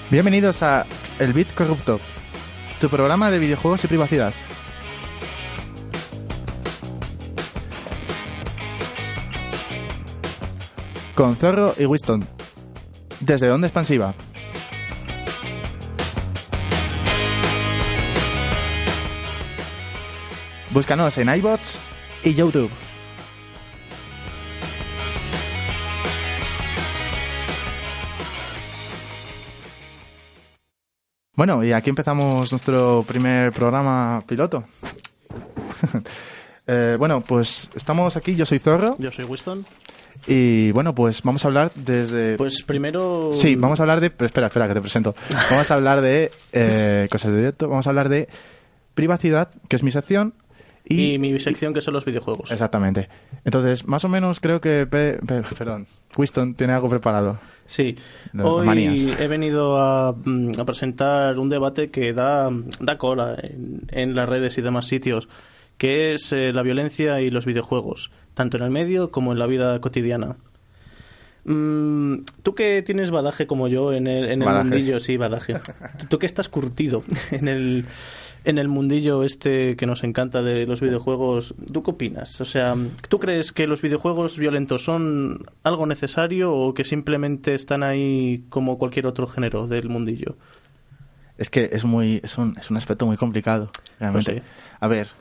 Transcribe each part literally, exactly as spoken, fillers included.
Bienvenidos a El Bit Corrupto, tu programa de videojuegos y privacidad. Con Zorro y Winston, desde Onda Expansiva. Búscanos en iBots y YouTube. Bueno, y aquí empezamos nuestro primer programa piloto. eh, bueno, pues estamos aquí, yo soy Zorro. Yo soy Winston. Y bueno, pues vamos a hablar desde... Pues primero... Sí, vamos a hablar de... Pero espera, espera, que te presento. Vamos a hablar de eh, cosas de directo, vamos a hablar de privacidad, que es mi sección. Y, y mi sección, que son los videojuegos. Exactamente. Entonces, más o menos creo que... Pe, pe, perdón, Winston tiene algo preparado. Sí. Hoy manías. he venido a, a presentar un debate que da, da cola en, en las redes y demás sitios, que es eh, la violencia y los videojuegos, tanto en el medio como en la vida cotidiana. Mm, tú que tienes badaje como yo en el, en el mundillo, sí, badaje. Tú que estás curtido en el... En el mundillo este que nos encanta de los videojuegos, ¿tú qué opinas? O sea, ¿tú crees que los videojuegos violentos son algo necesario o que simplemente están ahí como cualquier otro género del mundillo? Es que es muy es un, es un aspecto muy complicado, realmente. Pues sí. A ver,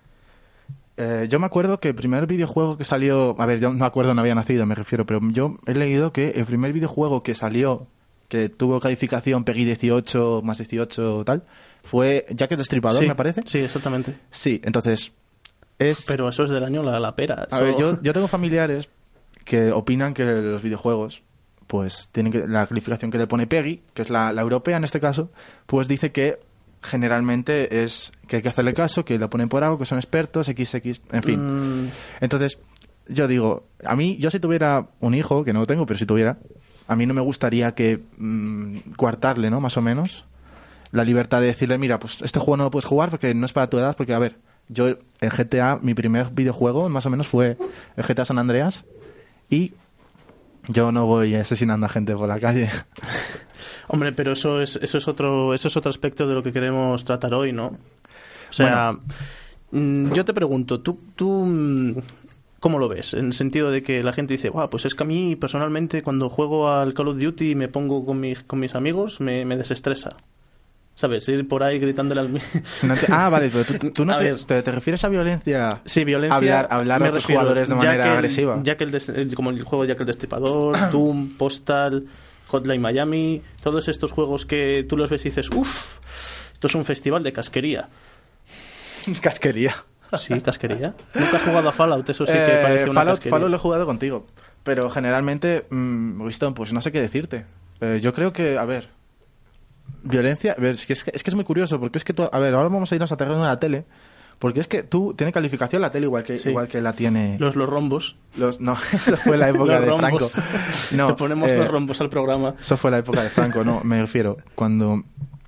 eh, yo me acuerdo que el primer videojuego que salió... A ver, yo no me acuerdo, no había nacido, me refiero, pero yo he leído que el primer videojuego que salió, que tuvo calificación PEGI dieciocho, más dieciocho, tal... Fue Jack el Destripador, sí, me parece. Sí, exactamente. Sí, entonces es... Pero eso es del año la, la pera. Eso... A ver, yo, yo tengo familiares que opinan que los videojuegos, pues tienen que la calificación que le pone PEGI, que es la, la europea en este caso, pues dice que generalmente es que hay que hacerle caso, que lo ponen por algo, que son expertos, equis equis, en fin. Mm. Entonces, yo digo, a mí, yo si tuviera un hijo, que no lo tengo, pero si tuviera, a mí no me gustaría que mmm, coartarle, ¿no? Más o menos... la libertad de decirle, mira, pues este juego no lo puedes jugar porque no es para tu edad, porque, a ver, yo en G T A, mi primer videojuego, más o menos, fue el G T A San Andreas, y yo no voy asesinando a gente por la calle. Hombre, pero eso es eso es otro eso es otro aspecto de lo que queremos tratar hoy, ¿no? O sea, bueno. Yo te pregunto, ¿tú, tú cómo lo ves? En el sentido de que la gente dice, wow, pues es que a mí, personalmente, cuando juego al Call of Duty y me pongo con mis, con mis amigos, me, me desestresa. ¿Sabes? Ir por ahí gritándole al... No te... Ah, vale, pero tú, tú no te, te, te refieres a violencia... Sí, violencia... Hablar, hablar a otros jugadores de manera Jack el, agresiva. Jack el des... Como el juego Jack el Destripador, Doom, Postal, Hotline Miami... Todos estos juegos que tú los ves y dices, uff, esto es un festival de casquería. ¿Casquería? Sí, casquería. ¿Nunca has jugado a Fallout? Eso sí que eh, parece una Fallout, casquería. Fallout lo he jugado contigo. Pero generalmente, mmm, Winston, pues no sé qué decirte. Eh, yo creo que, a ver... Violencia, a ver, es que, es que es que es muy curioso, porque es que tú, a ver, ahora vamos a irnos a terreno de la tele, porque es que tú tienes calificación la tele igual que sí. igual que la tiene los los rombos. Los no, eso fue la época de Franco. No, te ponemos eh, los rombos al programa. Eso fue la época de Franco, no, me refiero cuando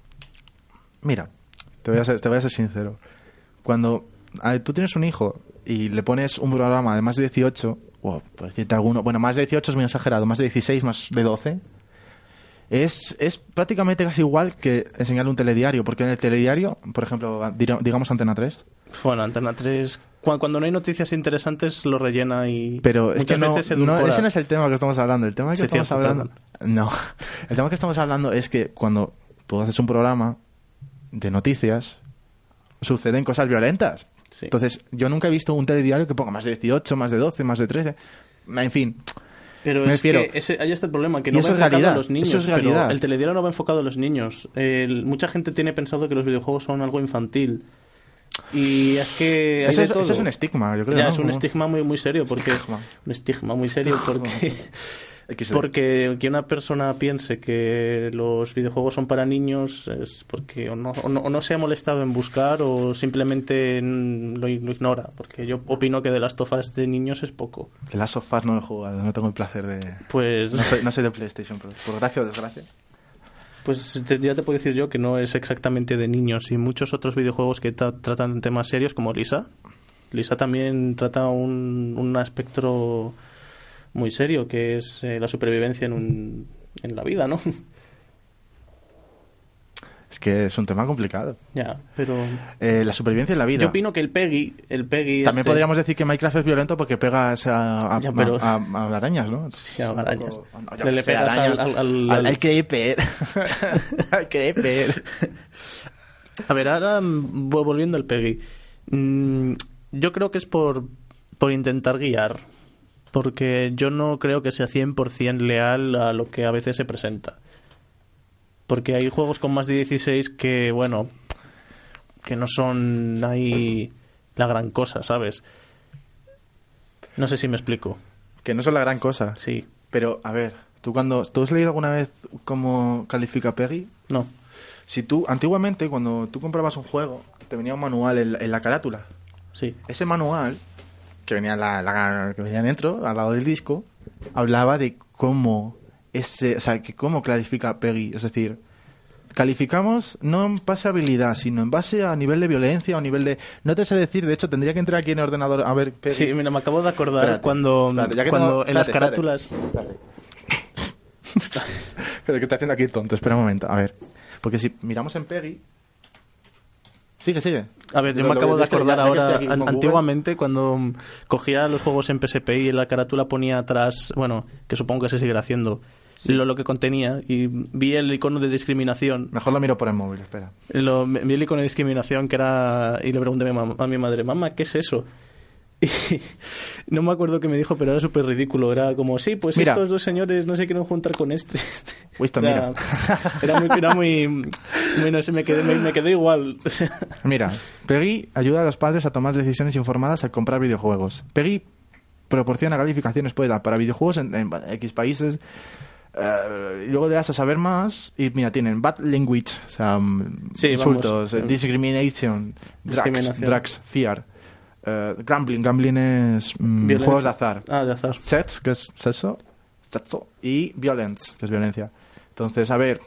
mira, te voy a ser te voy a ser sincero. Cuando a ver, tú tienes un hijo y le pones un programa de más de dieciocho, o por decirte alguno, bueno, más de dieciocho es muy exagerado, más de dieciséis, más de doce. Es, es prácticamente casi igual que enseñarle un telediario, porque en el telediario, por ejemplo, digamos Antena tres. Bueno, Antena tres, cuando no hay noticias interesantes, lo rellena y pero es que no, veces no, ese no es el tema que estamos hablando. El tema que sí, estamos cierto, hablando... Perdón. No, el tema que estamos hablando es que cuando tú haces un programa de noticias, suceden cosas violentas. Sí. Entonces, yo nunca he visto un telediario que ponga más de dieciocho, más de doce, más de trece... En fin... Pero me es refiero, que ese, ahí está el problema, que no va es enfocado realidad, a los niños. Eso es realidad. Pero el telediario no va enfocado a los niños. El, mucha gente tiene pensado que los videojuegos son algo infantil. Y es que... Eso es, eso es un estigma, yo creo. Ya, ¿no? es un Como... estigma muy, muy serio. Porque, estigma. Un estigma muy serio porque... Porque que una persona piense que los videojuegos son para niños es porque o no, o no, o no se ha molestado en buscar o simplemente lo, lo ignora. Porque yo opino que de Last of Us de niños es poco. De Last of Us no he jugado, no tengo el placer de... Pues... No soy, no soy de PlayStation, por, por gracia o desgracia. Pues te, ya te puedo decir yo que no es exactamente de niños y muchos otros videojuegos que tra- tratan temas serios como Lisa. Lisa también trata un, un aspecto... muy serio, que es eh, la supervivencia en un en la vida, ¿no? Es que es un tema complicado. Ya, pero... Eh, la supervivencia en la vida. Yo opino que el Peggy... El Peggy También este... podríamos decir que Minecraft es violento porque pegas a, a, ya, pero... a, a, a arañas, ¿no? Sí, a arañas. Poco... No, le, le pegas arañas, al, al, al... al creeper. Al creeper. A ver, ahora volviendo al Peggy. Mm, yo creo que es por, por intentar guiar. Porque yo no creo que sea cien por ciento leal a lo que a veces se presenta. Porque hay juegos con más de dieciséis que, bueno, que no son ahí la gran cosa, ¿sabes? No sé si me explico. Que no son la gran cosa. Sí. Pero, a ver, ¿tú cuando tú has leído alguna vez cómo califica Peggy? No. Si tú, antiguamente, cuando tú comprabas un juego, te venía un manual en, en la carátula. Sí. Ese manual, que venía, la, la, que venía dentro, al lado del disco, hablaba de cómo... Ese, o sea, que cómo clasifica Peggy, es decir, calificamos no en base a habilidad, sino en base a nivel de violencia o nivel de... No te sé decir, de hecho tendría que entrar aquí en el ordenador a ver Peggy. Sí, mira, me acabo de acordar espérate, cuando, espérate, ya que cuando tengo, en espérate, las carátulas... Pero ¿qué está haciendo aquí tonto? Espera un momento, a ver. Porque si miramos en Peggy... Sigue, sigue. A ver, yo lo, me acabo lo, de acordar ya, ahora, aquí, antiguamente cuando cogía los juegos en P S P y en la carátula ponía atrás, bueno, que supongo que se seguirá haciendo, sí. lo, lo que contenía, y vi el icono de discriminación. Mejor lo miro por el móvil, espera. Lo, vi el icono de discriminación que era, y le pregunté a mi, mamá, a mi madre, mamá, ¿qué es eso? Y no me acuerdo qué me dijo, pero era súper ridículo. Era como, sí, pues mira, estos dos señores no se quieren juntar con este. Winston, era, mira. Era muy, era muy, muy no sé, me quedé, me, me quedé igual. Mira, Peggy ayuda a los padres a tomar decisiones informadas al comprar videojuegos. Peggy proporciona calificaciones para videojuegos en, en X países. Uh, y luego le das a saber más y mira, tienen bad language, o sea, sí, insultos, vamos, discrimination, discriminación. drugs, drugs, fear. Uh, gambling, gambling es mm, juegos de azar. Ah, de azar. Sex, que es sexo, sexo, y violence, que es violencia. Entonces, a ver,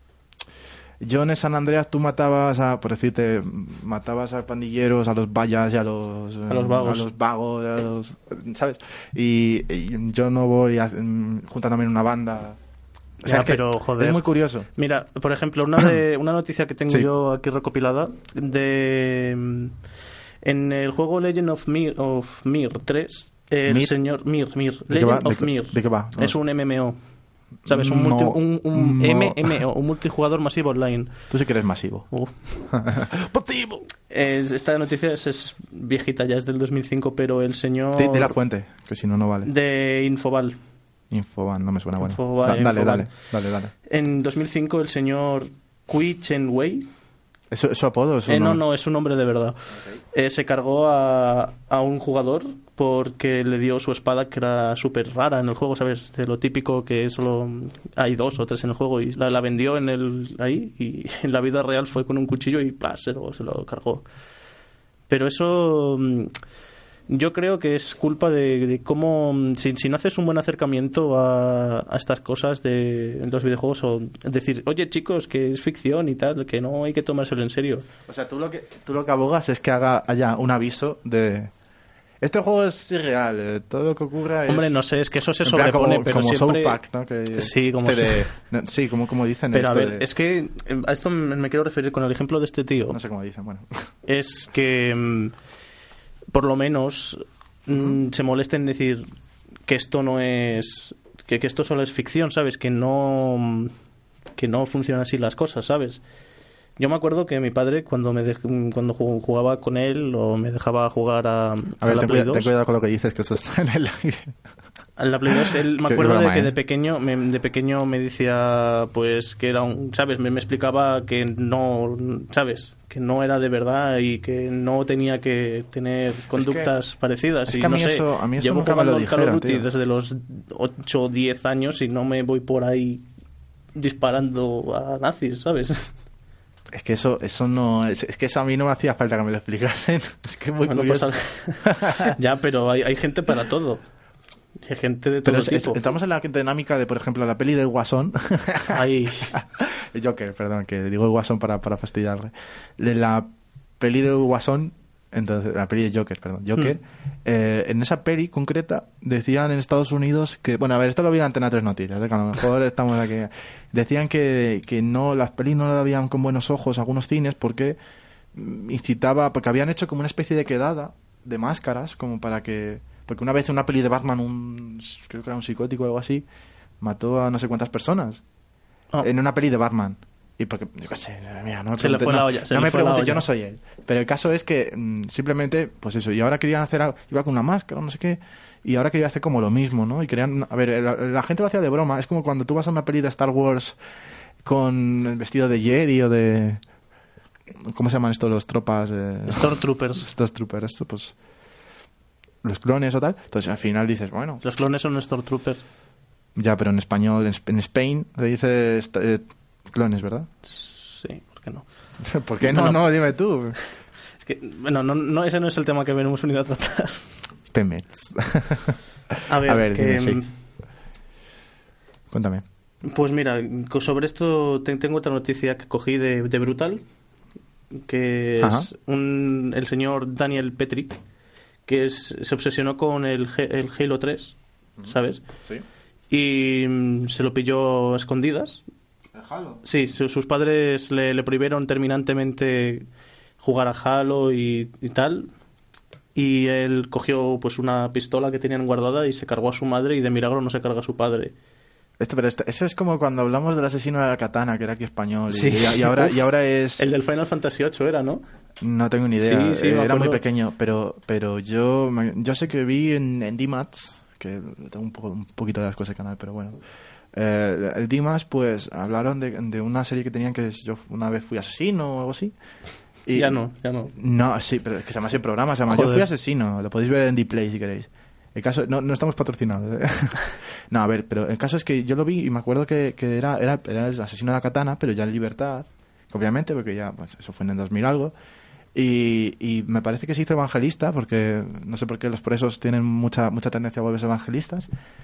yo en San Andreas tú matabas a, por decirte, matabas a pandilleros, a los vallas y a los, a los vagos, a los vagos, a los, ¿sabes? Y, y yo no voy a, juntándome en una banda. O sea, ya, es que pero joder. Es muy curioso. Mira, por ejemplo, una de una noticia que tengo sí. yo aquí recopilada de en el juego Legend of Mir, of Mir tres, el Mir? señor Mir, Mir, ¿De Legend qué of ¿De, Mir. ¿De qué va? No. Es un M M O. ¿Sabes? Un, multi, no, un, un no. M M O, un multijugador masivo online. Tú sí que eres masivo. Uh. ¡Masivo! Es, esta noticia es, es viejita, ya es del dos mil cinco, pero el señor... De, de la fuente, que si no, no vale. De Infoval. Infoval, no me suena bueno. Infoval, da, dale, Infoval. dale, dale, dale. En dos mil cinco el señor Kui Chen Wei... ¿Eso, eso apodo? Eso eh, no, no, no, es un nombre de verdad. Okay. Eh, se cargó a, a un jugador porque le dio su espada que era súper rara en el juego, ¿sabes? De lo típico que solo hay dos o tres en el juego, y la, la vendió en el ahí, y en la vida real fue con un cuchillo y ¡pah! Se lo, se lo cargó. Pero eso... Yo creo que es culpa de, de cómo... Si, si no haces un buen acercamiento a, a estas cosas de los videojuegos, o decir, oye chicos, que es ficción y tal, que no hay que tomárselo en serio. O sea, tú lo que, tú lo que abogas es que haga haya un aviso de... Este juego es irreal, eh, todo lo que ocurra es... Hombre, no sé, es que eso se sobrepone, como, pero como siempre... South Park, ¿no? Que sí, como... Este de, no, sí, como, como dicen... Pero a ver, de... es que a esto me quiero referir con el ejemplo de este tío. No sé cómo dicen, bueno. Es que... por lo menos uh-huh. se molesta en decir que esto no es que, que esto solo es ficción, ¿sabes? Que no que no funcionan así las cosas, ¿sabes? Yo me acuerdo que mi padre cuando me de, cuando jugaba con él o me dejaba jugar a, a, a ver, la ten, Play cuida, dos, ten cuidado con lo que dices, que eso está en el aire. A la Play dos, él me acuerdo broma, de que ¿eh? de pequeño me, de pequeño me decía pues que era un, ¿sabes? Me, me explicaba que no, ¿sabes? Que no era de verdad y que no tenía que tener conductas es que, parecidas. Es y que a no mí sé, eso, a mí eso llevo nunca me lo jugando dijeron, Call of Duty tío. desde los ocho o diez años y no me voy por ahí disparando a nazis, ¿sabes? Es que eso eso no es, es que eso a mí no me hacía falta que me lo explicasen. Es que muy bueno, curioso. Pues, ya, pero hay, hay gente para todo. Hay gente de todo pero es, tipo. Es, entramos en la dinámica de, por ejemplo, la peli del Guasón. Ay. El Joker, perdón, que digo el Guasón para, para fastidiarle. De la peli del Guasón, Entonces, la peli de Joker, perdón, Joker. Mm. Eh, en esa peli concreta decían en Estados Unidos que, bueno, a ver, esto lo vi en Antena tres Noticias, ¿eh? Que a lo mejor estamos aquí. Decían que, que no, las pelis no la veían con buenos ojos algunos cines porque incitaba, porque habían hecho como una especie de quedada de máscaras, como para que, porque una vez en una peli de Batman, un, creo que era un psicótico o algo así, mató a no sé cuántas personas. Oh. En una peli de Batman. Y porque, yo qué sé, mira, no me se le fue no, la olla. Se no le me fue la preguntes, olla. yo no soy él. Pero el caso es que mmm, simplemente, pues eso, y ahora querían hacer algo, iba con una máscara, no sé qué, y ahora quería hacer como lo mismo, ¿no? Y querían, a ver, la, la gente lo hacía de broma, es como cuando tú vas a una peli de Star Wars con el vestido de Jedi o de... ¿Cómo se llaman estos los tropas? Eh, Stormtroopers. Stormtroopers, esto, pues... Los clones o tal. Entonces al final dices, bueno... Los clones son Stormtroopers. Ya, pero en español, en, en Spain, le dice eh, clones, ¿verdad? Sí, ¿por qué no? ¿Por qué no? No, no, dime tú. Es que, bueno, no, no, ese no es el tema que venimos unido a tratar. Pemex. A ver, a ver que, dime, sí. Cuéntame. Pues mira, sobre esto tengo otra noticia que cogí de, de Brutal, que Ajá. es un, el señor Daniel Petrik, que es, se obsesionó con el, el Halo tres, ¿sabes? Sí. Y mm, se lo pilló a escondidas. ¿El Halo? Sí, su, sus padres le, le prohibieron terminantemente jugar a Halo y, y tal. Y él cogió pues una pistola que tenían guardada y se cargó a su madre, y de milagro no se carga a su padre. Esto, pero esto, eso es como cuando hablamos del asesino de la katana, que era aquí español. Sí. Y, y, ahora, y ahora es... El del Final Fantasy ocho era, ¿no? No tengo ni idea. Sí, sí, eh, era muy acuerdo. pequeño, pero pero yo yo sé que vi en, en D-Mats, que tengo un, poco, un poquito de las cosas del canal, pero bueno. Eh, el D-Mats, pues, hablaron de, de una serie que tenían que yo una vez fui asesino o algo así. Y, ya no, ya no. No, sí, pero es que se llama así el programa, se llama Joder. Yo fui asesino, lo podéis ver en D-Play si queréis. El caso, no, no estamos patrocinados, ¿eh? No, a ver, pero el caso es que yo lo vi y me acuerdo que, que era, era, era el asesino de la katana, pero ya en libertad, obviamente, porque ya, pues, eso fue en el dos mil algo. Y, y me parece que se hizo evangelista, porque no sé por qué los presos tienen mucha mucha tendencia a volverse evangelistas.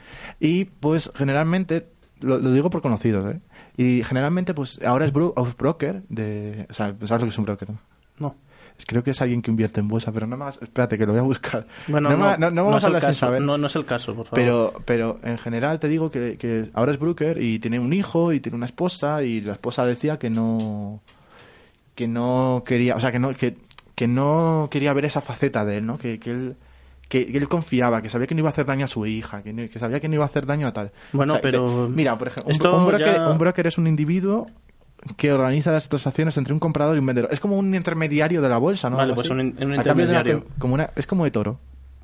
Y pues generalmente, lo, lo digo por conocidos, ¿eh? Y generalmente, pues ahora es bro, broker de... O sea, ¿sabes lo que es un broker? No. No. Creo que es alguien que invierte en bolsa, pero no más. Espérate, que lo voy a buscar. Bueno, no, no, no, no, no vamos no a hablar es el sin caso, saber. no, no es el caso, por favor. Pero, pero en general te digo que, que ahora es broker y tiene un hijo y tiene una esposa, y la esposa decía que no que no quería, o sea, que no que, que no quería ver esa faceta de él, ¿no? Que, que él que, que él confiaba, que sabía que no iba a hacer daño a su hija, que, no, que sabía que no iba a hacer daño a tal. Bueno, o sea, pero que, mira, por ejemplo, esto un, un, broker, ya... un broker es un individuo que organiza las transacciones entre un comprador y un vendedor. Es como un intermediario de la bolsa, ¿no? Vale, Algo pues así. un, un A cambio de la- intermediario. como una, es como de toro.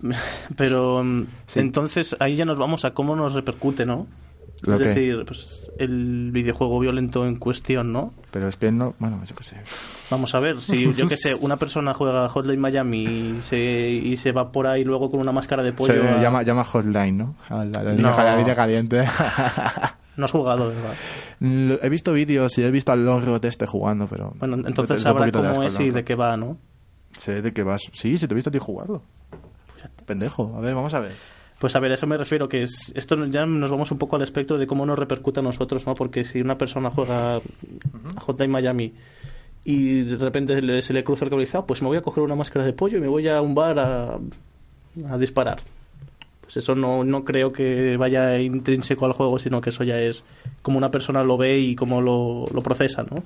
Pero mm, Sí. entonces ahí ya nos vamos a cómo nos repercute, ¿no? ¿Lo es qué? decir, pues el videojuego violento en cuestión, ¿no? Pero es que no... Bueno, yo qué sé. Vamos a ver, si yo que sé, una persona juega Hotline Miami y se, y se va por ahí luego con una máscara de pollo... Se a- llama, llama Hotline, ¿no? A la, la, No. línea, la línea caliente. No has jugado, ¿verdad? Lo- he visto vídeos y he visto al Longrot este jugando, pero... Bueno, entonces es un sabrá poquito de cómo asco es el y Longrot. de qué va, ¿no? Sé de qué vas. Sí, si te he visto a ti jugarlo. Pendejo. A ver, vamos a ver. Pues a ver, a eso me refiero, que es esto ya nos vamos un poco al espectro de cómo nos repercute a nosotros, ¿no? Porque si una persona juega a Hotline Miami y de repente le- se le cruza el cable y dice, ah, pues me voy a coger una máscara de pollo y me voy a un bar a, a disparar. Pues eso no, no creo que vaya intrínseco al juego, sino que eso ya es como una persona lo ve y cómo lo, lo procesa, ¿no?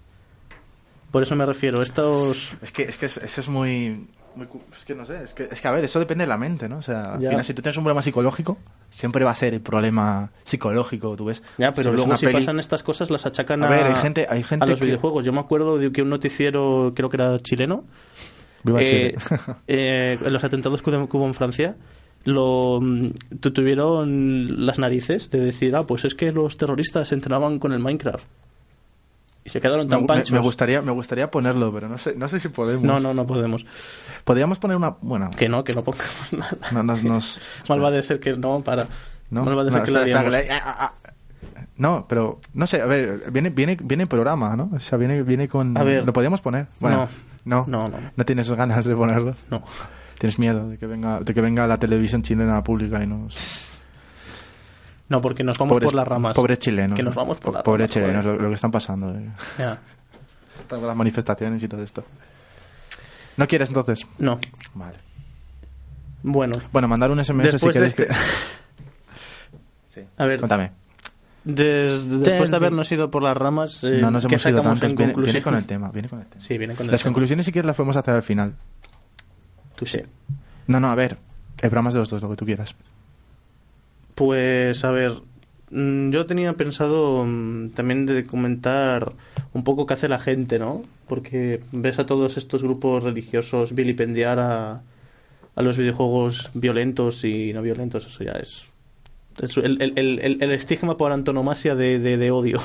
Por eso me refiero, estos... Es que, es que eso eso es muy... muy cu- es que no sé, es que, es que a ver, eso depende de la mente, ¿no? O sea, al Ya. final, si tú tienes un problema psicológico, siempre va a ser el problema psicológico, tú ves. Ya, pero Si ves luego una si peli- pasan estas cosas las achacan a, A ver, hay gente- hay gente a los que- videojuegos. Yo me acuerdo de que un noticiero, creo que era chileno, Viva eh, Chile. eh, en los atentados que hubo que hubo en Francia, lo mm, tu- tuvieron las narices de decir, ah, pues es que los terroristas entrenaban con el Minecraft. Y se quedaron tan me, panchos. me gustaría, me gustaría ponerlo, pero no sé, no sé si podemos. No, no, no podemos. Podríamos poner una... Bueno, Que no, que no pongamos nada. no, nos... nos Mal va de ser que no, para. ¿no? Mal va de ser No, que lo espera, haríamos. espera, ah, ah, ah. No, pero no sé, a ver, viene viene viene programa, ¿no? O sea, viene viene con A ver. ¿lo podíamos poner? Bueno, no. No, no. No tienes ganas de ponerlo. No. Tienes miedo de que venga de que venga la televisión chilena pública y nos No, porque nos vamos pobres, por las ramas. pobres chilenos. Que nos ¿no? vamos por las Pobres ramas, chilenos, joder. lo, lo que están pasando. eh. Ya. Están con las manifestaciones y todo esto. ¿No quieres entonces? No. Vale. Bueno. Bueno, mandar un S M S si queréis de... que... sí. A ver. Cuéntame. Des, después de habernos ido por las ramas, eh, no nos hemos ido tanto. Viene, viene con el tema, viene con el tema. Sí, viene con el las tema. conclusiones, si quieres, las podemos hacer al final. Tú sí. No, no, a ver. El programa es de los dos, lo que tú quieras. Pues, a ver. Yo tenía pensado también de comentar un poco qué hace la gente, ¿no? Porque ves a todos estos grupos religiosos vilipendiar a, a los videojuegos violentos y no violentos. Eso ya es... es el, el, el, el estigma por antonomasia de, de, de odio.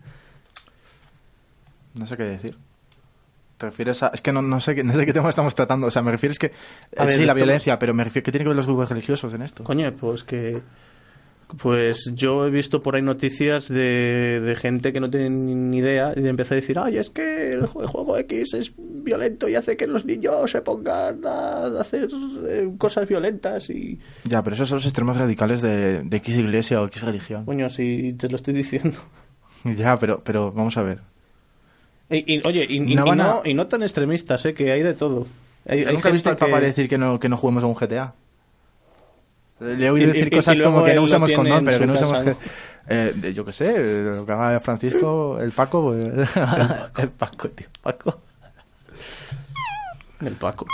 No sé qué decir. ¿Te refieres a...? Es que no, no, sé, qué, no sé qué tema estamos tratando. O sea, me refieres que... A ver, sí, la violencia, pero me refiero... ¿Qué tiene que ver los grupos religiosos en esto? Coño, pues que... Pues yo he visto por ahí noticias de, de gente que no tiene ni idea y empieza a decir, ay, es que el juego X es violento y hace que los niños se pongan a hacer cosas violentas y... Ya, pero esos son los extremos radicales de, de X iglesia o X religión. Coño, sí, te lo estoy diciendo. Ya, pero, pero vamos a ver. Y, y, oye, y no, y, y, no, a... y no tan extremistas, ¿eh? Que hay de todo. Hay, hay nunca he visto al que... Papa decir que no, que no juguemos a un G T A. Le he oído decir y, cosas y como que no usamos condón, pero que no usamos... Casa, eh, yo qué sé, lo que haga Francisco, el Paco... Pues, el, el Paco, tío, Paco. El Paco.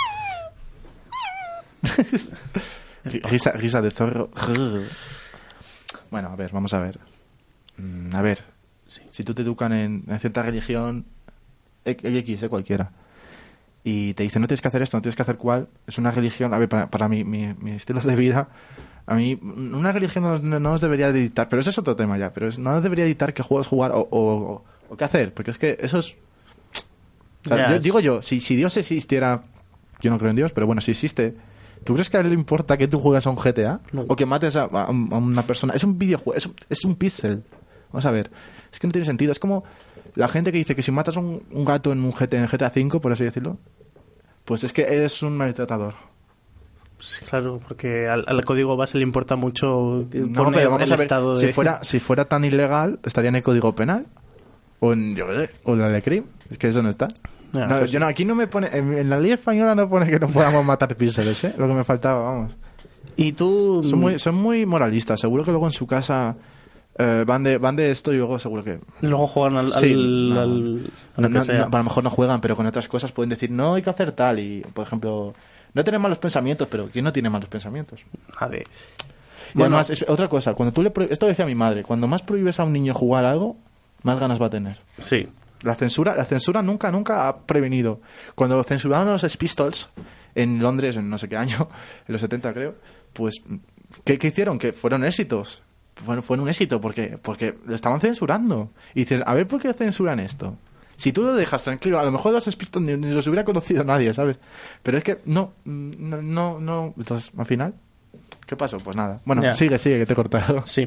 risa, risa de zorro. Bueno, a ver, vamos a ver. A ver, sí. Si tú te educan en, en cierta religión, X, eh, cualquiera, y te dicen no tienes que hacer esto, no tienes que hacer cual, es una religión, a ver, para, para mi, mi, mi estilo de vida, a mí una religión no, no, no nos debería de dictar, pero ese es otro tema ya, pero es, no nos debería dictar qué juegos jugar o, o, o, o qué hacer, porque es que eso es... O sea, yes. yo, digo yo, si, si Dios existiera, yo no creo en Dios, pero bueno, si existe, ¿tú crees que a él le importa que tú juegues a un G T A? No. O que mates a, a, a una persona. Es un videojuego, es un, es un pixel. Vamos a ver, es que no tiene sentido. Es como la gente que dice que si matas un, un gato en un G T A, en G T A cinco, por así decirlo, pues es que eres un maltratador. Sí, claro, porque al, al código base le importa mucho no, poner pero vamos el a ver, estado de... si fuera si fuera tan ilegal, estaría en el código penal o en yo qué sé, o en la ley CRIM. Es que eso no está. No, no, pues yo no, aquí no me pone, en, en la ley española no pone que no podamos matar píxeles, ¿eh? Lo que me faltaba, vamos. Y tú... Son muy, son muy moralistas, seguro que luego en su casa eh, van de van de esto y luego seguro que... Luego juegan al... Sí, al, no, al no, no, no, a lo mejor no juegan, pero con otras cosas pueden decir, no, hay que hacer tal, y por ejemplo, no tener malos pensamientos, pero ¿quién no tiene malos pensamientos? A ver... Y bueno, además, es, otra cosa, cuando tú le pro... esto decía mi madre, cuando más prohíbes a un niño jugar algo, más ganas va a tener. Sí. La censura, la censura nunca, nunca ha prevenido. Cuando censuraron los Sex Pistols en Londres, en no sé qué año, en los setenta creo, pues, ¿qué, qué hicieron? Que fueron éxitos. Fueron, fueron un éxito porque, porque lo estaban censurando. Y dices, a ver, ¿por qué censuran esto? Si tú lo dejas tranquilo, a lo mejor los Sex Pistols ni, ni los hubiera conocido nadie, ¿sabes? Pero es que no, no, no, no. Entonces, al final, ¿qué pasó? Pues nada. Bueno, ya. sigue, sigue, que te he cortado. Sí.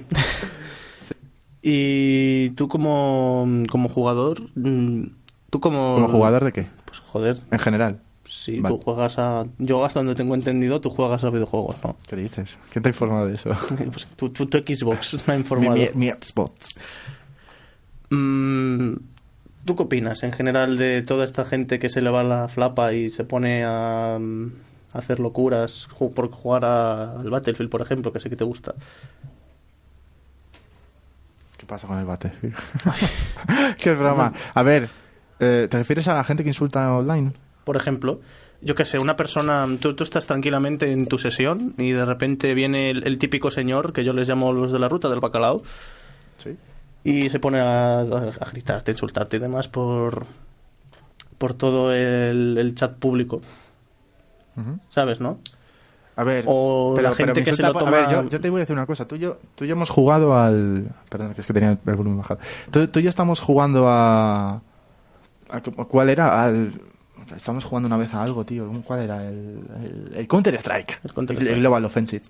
Y tú como, como jugador, tú como... ¿Como jugador de qué? Pues joder. En general. Sí, vale. Tú juegas a... Yo hasta donde tengo entendido, tú juegas a videojuegos, ¿no? ¿Qué dices? ¿Quién te ha informado de eso? Pues tu, tu, tu Xbox me ha informado. Mi, mi, mi Xbox. Mm, ¿Tú qué opinas en general de toda esta gente que se le va la flapa y se pone a, a hacer locuras por jugar a, al Battlefield, por ejemplo, que sé que te gusta? ¿Qué pasa con el Battlefield? Qué broma. A ver, eh, ¿te refieres a la gente que insulta online? Por ejemplo, yo qué sé, una persona, tú, tú estás tranquilamente en tu sesión y de repente viene el, el típico señor, que yo les llamo los de la ruta del bacalao, sí, y se pone a, a gritarte, a insultarte y demás por, por todo el, el chat público. Uh-huh. ¿Sabes, no? A ver, o pero, la gente pero que se lo toma... A ver, yo, yo te voy a decir una cosa. Tú y yo, tú y yo hemos jugado al... Perdón, que es que tenía el volumen bajado. Tú, tú y yo estamos jugando a... a... ¿Cuál era? Al... Estamos jugando una vez a algo, tío. ¿Cuál era? El, el, el Counter-Strike. El Counter-Strike. El Global Offensive.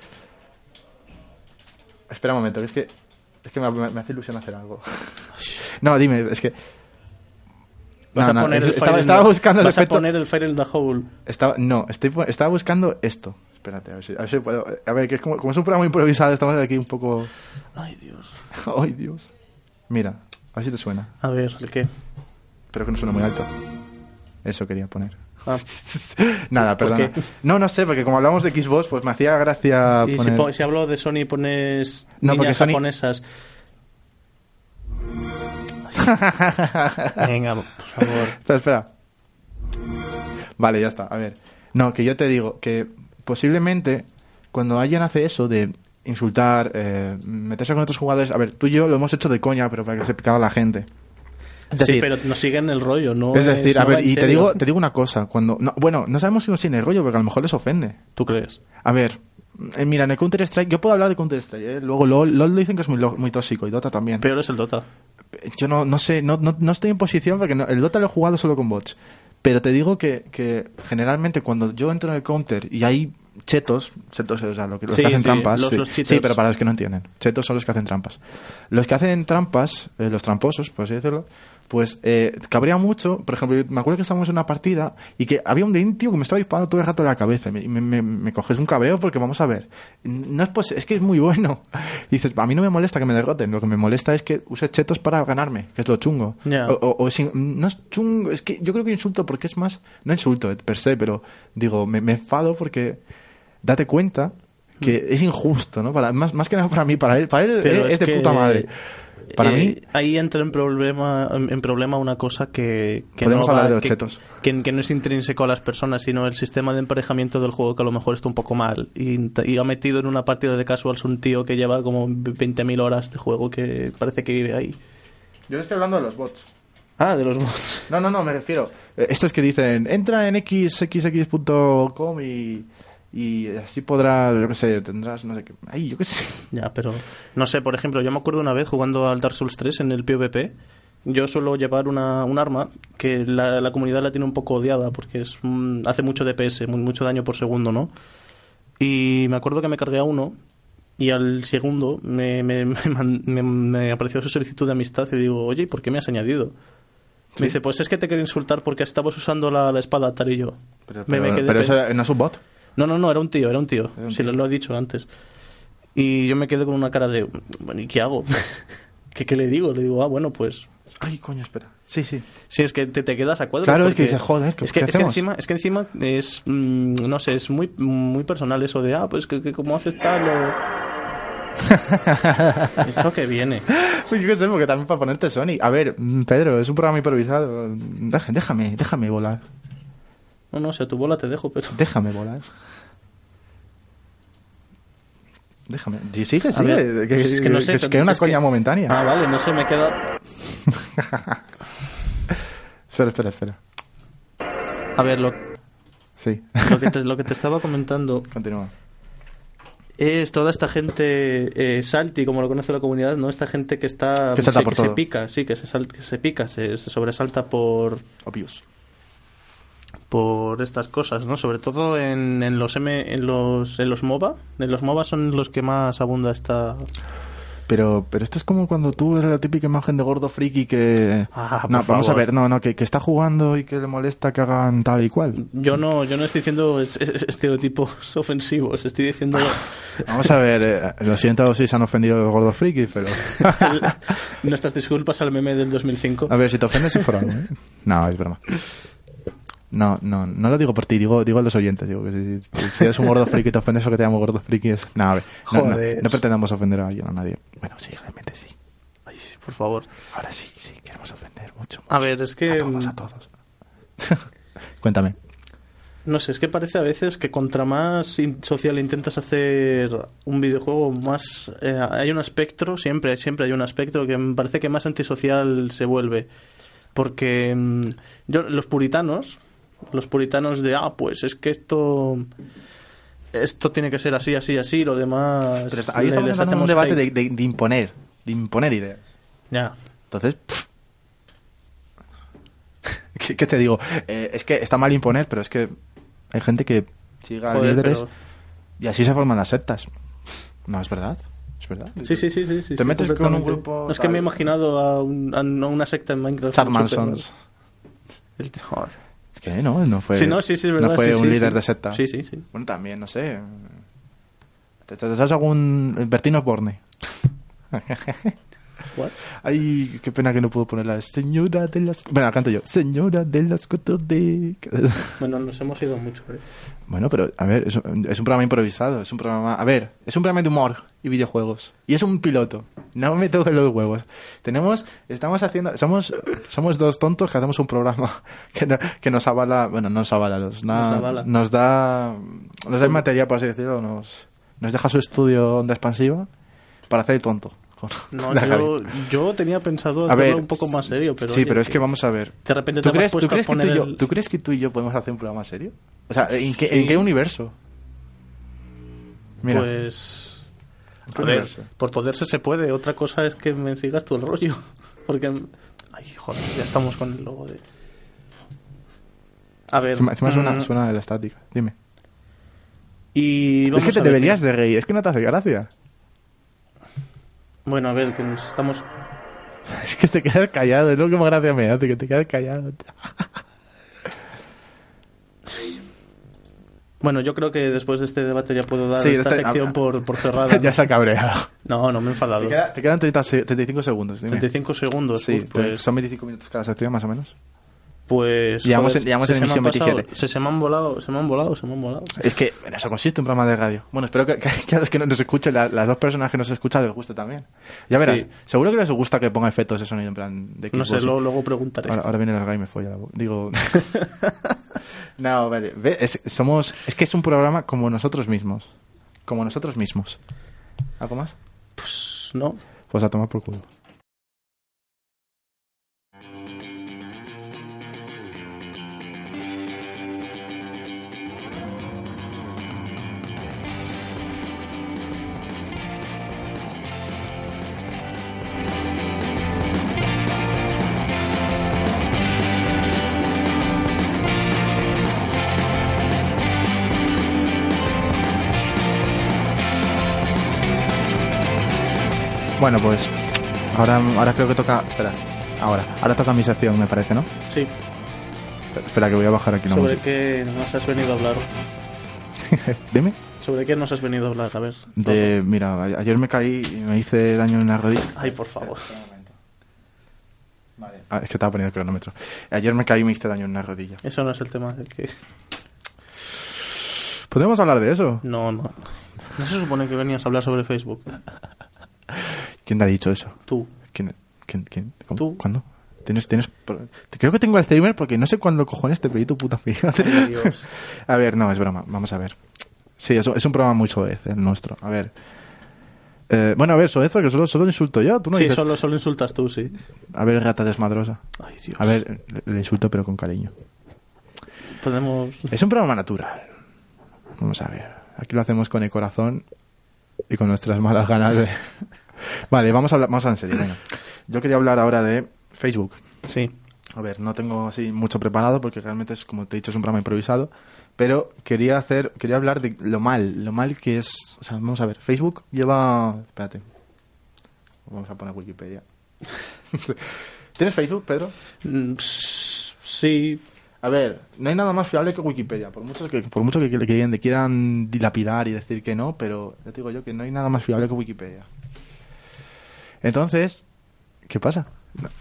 Espera un momento, es que... Es que me, me hace ilusión hacer algo. No, dime, es que... Vas no, a no, poner el estaba, fire estaba buscando the, el vas efecto... a poner el Fire in the Hole. Estaba, no, estoy, estaba buscando esto. Espérate, a ver si, a ver si puedo... A ver, que es como, como es un programa improvisado, estamos aquí un poco... Ay, Dios. Ay, Dios. Mira, a ver si te suena. A ver, ¿el qué? Espero que no suene muy alto. Eso quería poner. Ah. Nada, perdona. No, no sé, porque como hablamos de Xbox, pues me hacía gracia y poner... si, po- si hablo de Sony pones No, niñas Sony... japonesas. Venga, por favor. Espera, espera. Vale, ya está. A ver. No, que yo te digo que posiblemente cuando alguien hace eso de insultar, eh, meterse con otros jugadores... A ver, tú y yo lo hemos hecho de coña, pero para que se picara la gente. Es sí, decir, pero nos siguen el rollo, ¿no? Es decir, es, a no ver, y te serio. digo, te digo una cosa. Cuando no, bueno, no sabemos si nos tiene el rollo, porque a lo mejor les ofende. ¿Tú crees? A ver, eh, mira, en el Counter-Strike... Yo puedo hablar de Counter-Strike, ¿eh? Luego LoL, LoL dicen que es muy, lo- muy tóxico, y Dota también. Peor es el Dota. Yo no, no sé, no, no, no estoy en posición porque no, el Dota lo he jugado solo con bots. Pero te digo que, que generalmente cuando yo entro en el Counter y hay chetos, chetos, o sea, lo que, los Sí, que hacen sí, trampas. los- sí. los cheaters. Sí, pero para los que no entienden. Chetos son los que hacen trampas. Los que hacen trampas, eh, los tramposos, por así decirlo, pues eh, cabría mucho. Por ejemplo, yo me acuerdo que estábamos en una partida y que había un tío que me estaba disparando todo el rato de la cabeza. Y me, me, me, me coges un cabreo porque vamos a ver. No es, pos- es que es muy bueno. Y dices, a mí no me molesta que me derroten. Lo que me molesta es que uses chetos para ganarme, que es lo chungo. Ya. O, o- o sin- no es chungo, es que yo creo que insulto porque es más, no insulto per se, pero digo, me, me enfado porque date cuenta que es injusto, ¿no? Para, más, más que nada para mí, para él, para él Pero es, es de que, puta madre. Para eh, mí, ahí entra en problema en, en problema una cosa que, que podemos no va- hablar de los que, chetos. que, que no es intrínseco a las personas, sino el sistema de emparejamiento del juego, que a lo mejor está un poco mal y, y ha metido en una partida de casuals un tío que lleva como veinte mil horas de juego, que parece que vive ahí. Yo estoy hablando de los bots. Ah, de los bots. No, no, no, me refiero. eh, Estos que dicen, entra en x x x punto com y, y así podrás, yo qué sé, tendrás, no sé qué. Ay, yo qué sé. Ya, pero no sé, por ejemplo, yo me acuerdo una vez jugando al Dark Souls tres en el PvP. Yo suelo llevar una, un arma que la, la comunidad la tiene un poco odiada porque es un- hace mucho D P S, mu- mucho daño por segundo, ¿no? Y me acuerdo que me cargué a uno y al segundo me, me, me, man- me- me apareció su solicitud de amistad y digo, oye, ¿y por qué me has añadido? Sí. Me dice, pues es que te quería insultar porque estabas usando la, la espada tal y yo. Pero, Me- pero, me quedé pero pe- eso no es un bot. No, no, no, era un tío, era un tío. Era un Sí, tío. lo, lo he dicho antes. Y yo me quedé con una cara de, bueno, ¿y qué hago? ¿Qué, ¿Qué le digo? Le digo, ah, bueno, pues... Ay, coño, espera. Sí, sí. Sí, es que te, te quedas a cuadros. Claro, es porque- que dices, joder, ¿qué- es que, qué es que hacemos? encima, es que encima es, mm, no sé, es muy, muy personal eso de, ah, pues que, que como haces tal o... Eso que viene. Pues yo qué sé, porque también para ponerte Sony. A ver, mm, Pedro, es un programa improvisado. Déjame, déjame, déjame volar. No, no, si a tu bola te dejo, pero... Déjame volar. Déjame. Si sigue, A sigue. ver, que, es que no sé, es que es una es que- coña momentánea. Ah, vale, no sé, me queda... Espera, espera, espera. A ver, lo, Sí. lo, que te, lo que te estaba comentando Continúa. es toda esta gente eh, salty, como lo conoce la comunidad, ¿no? Esta gente que está... Que salta se, por que se todo. pica, sí, que se, sal- que se pica, se, se sobresalta por... Obvious. por estas cosas, ¿no? Sobre todo en, en los M, en los en los MOBA, en los MOBA son los que más abunda esta... Pero, pero esto es como cuando tú eres la típica imagen de gordo friki que... Ah, por no, vamos favor. a ver, no, no, que, que está jugando y que le molesta que hagan tal y cual. Yo no yo no estoy diciendo es- es- estereotipos ofensivos, estoy diciendo Vamos a ver, eh, lo siento si se han ofendido los gordos frikis, pero... nuestras disculpas al meme del dos mil cinco. A ver, si te ofendes es por algo, ¿eh? No, es broma. No, no, no lo digo por ti, digo, digo a los oyentes. Digo que si, si eres un gordo friki y te ofendes o que te llamo gordo friki es... No, a ver, no, no, Joder. no pretendamos ofender a alguien, a nadie. Bueno, sí, realmente sí. Ay, por favor. Ahora sí, sí, queremos ofender mucho. mucho. A ver, es que A todos, a todos. Cuéntame. no sé, es que parece a veces que contra más in- social intentas hacer un videojuego, más eh, hay un espectro, siempre siempre hay un espectro que me parece que más antisocial se vuelve. Porque mm, yo, los puritanos, los puritanos de, ah, pues es que esto esto tiene que ser así, así, así, lo demás... Pero está- ahí le- estamos les entrando en un hacemos debate hate. de, de, de imponer, de imponer ideas. Ya. Entonces, pff, ¿qué, qué te digo? Eh, es que está mal imponer, pero es que hay gente que siga Joder, líderes pero- y así se forman las sectas. No, es verdad. Es verdad. Sí, sí, sí, sí, sí. Te sí, metes con un completamente. grupo No, es que tal. me he imaginado a, un- a una secta en Minecraft. Charmansons. El- joder. ¿Qué? No, no fue, Sí, no, sí, sí, es verdad. no fue sí, un sí, líder sí. de secta. Sí, sí, sí. Bueno, también, no sé. ¿Te, te, te sabes algún Bertino Borne? What? Ay, qué pena que no puedo poner la señora de las... Bueno, la canto yo. Señora de las cuatro D. Bueno, nos hemos ido mucho, ¿eh? Bueno, pero, a ver, es un, es un programa improvisado. Es un programa... A ver, es un programa de humor y videojuegos. Y es un piloto. No me toquen los huevos. Tenemos... Estamos haciendo... Somos somos dos tontos que hacemos un programa que, no, que nos avala... Bueno, no nos avala. Nos da... Nos avala. Nos da, nos da el material, por así decirlo. Nos, nos deja su estudio onda expansiva para hacer el tonto. No, yo, yo tenía pensado hacerlo ver, un poco más serio, pero... Sí, oye, pero es que vamos a ver. De repente ¿Tú te crees, has ¿tú, crees que tú, y yo, el... ¿Tú crees que tú y yo podemos hacer un programa serio? O sea, ¿en qué, sí. ¿en qué universo? Mira. Pues... ¿Qué A ver, universo? por poderse se puede. Otra cosa es que me sigas tú el rollo. Porque... Ay, joder, ya estamos con el logo de... A ver... Encima, encima suena, mm, suena de la estática. Dime. Y Es que te a ver deberías qué- de reír. Es que no te hace gracia. Bueno, a ver, que nos estamos... Es que te quedas callado. Es lo que más gracia me hace, que te quedas callado. Bueno, yo creo que después de este debate ya puedo dar Sí, esta este- sección ah, por, por cerrada. Ya se ha cabreado. No, no me he enfadado. Te, queda- te quedan treinta, se- treinta y cinco segundos. Dime. treinta y cinco segundos. Sí, Uf, pues, son veinticinco minutos cada sección, más o menos. pues Llevamos joder, en- llevamos se- en se me han emisión pasado- veintisiete. Se, se me han volado, se me han volado, se me han volado. Es que en eso consiste un programa de radio. Bueno, espero que, que, que a los que nos escuchen, la- las dos personas que nos escuchan, les guste también. Ya verás, Sí. seguro que les gusta que ponga efectos de sonido en plan de No sé, Xbox. luego, luego preguntaré. Ahora, ahora viene el gay y me folla la boca. Digo... No, vale. Ve, es, somos, es que es un programa como nosotros mismos. Como nosotros mismos. ¿Algo más? Pues no. Pues a tomar por culo. Bueno, pues ahora, ahora creo que toca... Espera, ahora. Ahora toca mi sección, me parece, ¿no? Sí. Espera, espera, que voy a bajar aquí la ¿Sobre música. qué nos has venido a hablar? Dime. ¿Sobre qué nos has venido a hablar? A ver. De, mira, a- ayer me caí y me hice daño en la rodilla. Ay, por favor. Vale. Ah, es que estaba poniendo el cronómetro. Ayer me caí y me hice daño en una rodilla. Eso no es el tema del que... ¿Podemos hablar de eso? No, no. ¿No se supone que venías a hablar sobre Facebook? ¿Quién te ha dicho eso? Tú. ¿Quién? ¿Quién? ¿Quién? ¿Cómo? Tú. ¿Cuándo? ¿Tienes, tienes... pro- Creo que tengo Alzheimer porque no sé cuándo cojones te pedí tu puta vida. Ay, Dios. A ver, no, es broma. Vamos a ver. Sí, es, es un programa muy soez el nuestro. A ver. Eh, bueno, a ver, soez porque solo, solo insulto yo. Tú no Sí, dices... solo, solo insultas tú, sí. A ver, rata desmadrosa. Ay, Dios. A ver, le, le insulto pero con cariño. Podemos... Es un programa natural. Vamos a ver. Aquí lo hacemos con el corazón y con nuestras malas ganas de... Vale, vamos a hablar, vamos a en serio, venga. Yo quería hablar ahora de Facebook. Sí. A ver, no tengo así mucho preparado porque realmente es, como te he dicho, es un programa improvisado, pero quería hacer, quería hablar de lo mal, lo mal que es, o sea, vamos a ver, Facebook lleva, espérate, vamos a poner Wikipedia. ¿Tienes Facebook, Pedro? Mm, pss, sí. A ver, no hay nada más fiable que Wikipedia, por mucho que, por mucho que, que, que quieran dilapidar y decir que no, pero ya te digo yo que no hay nada más fiable que Wikipedia. Entonces, ¿qué pasa? No.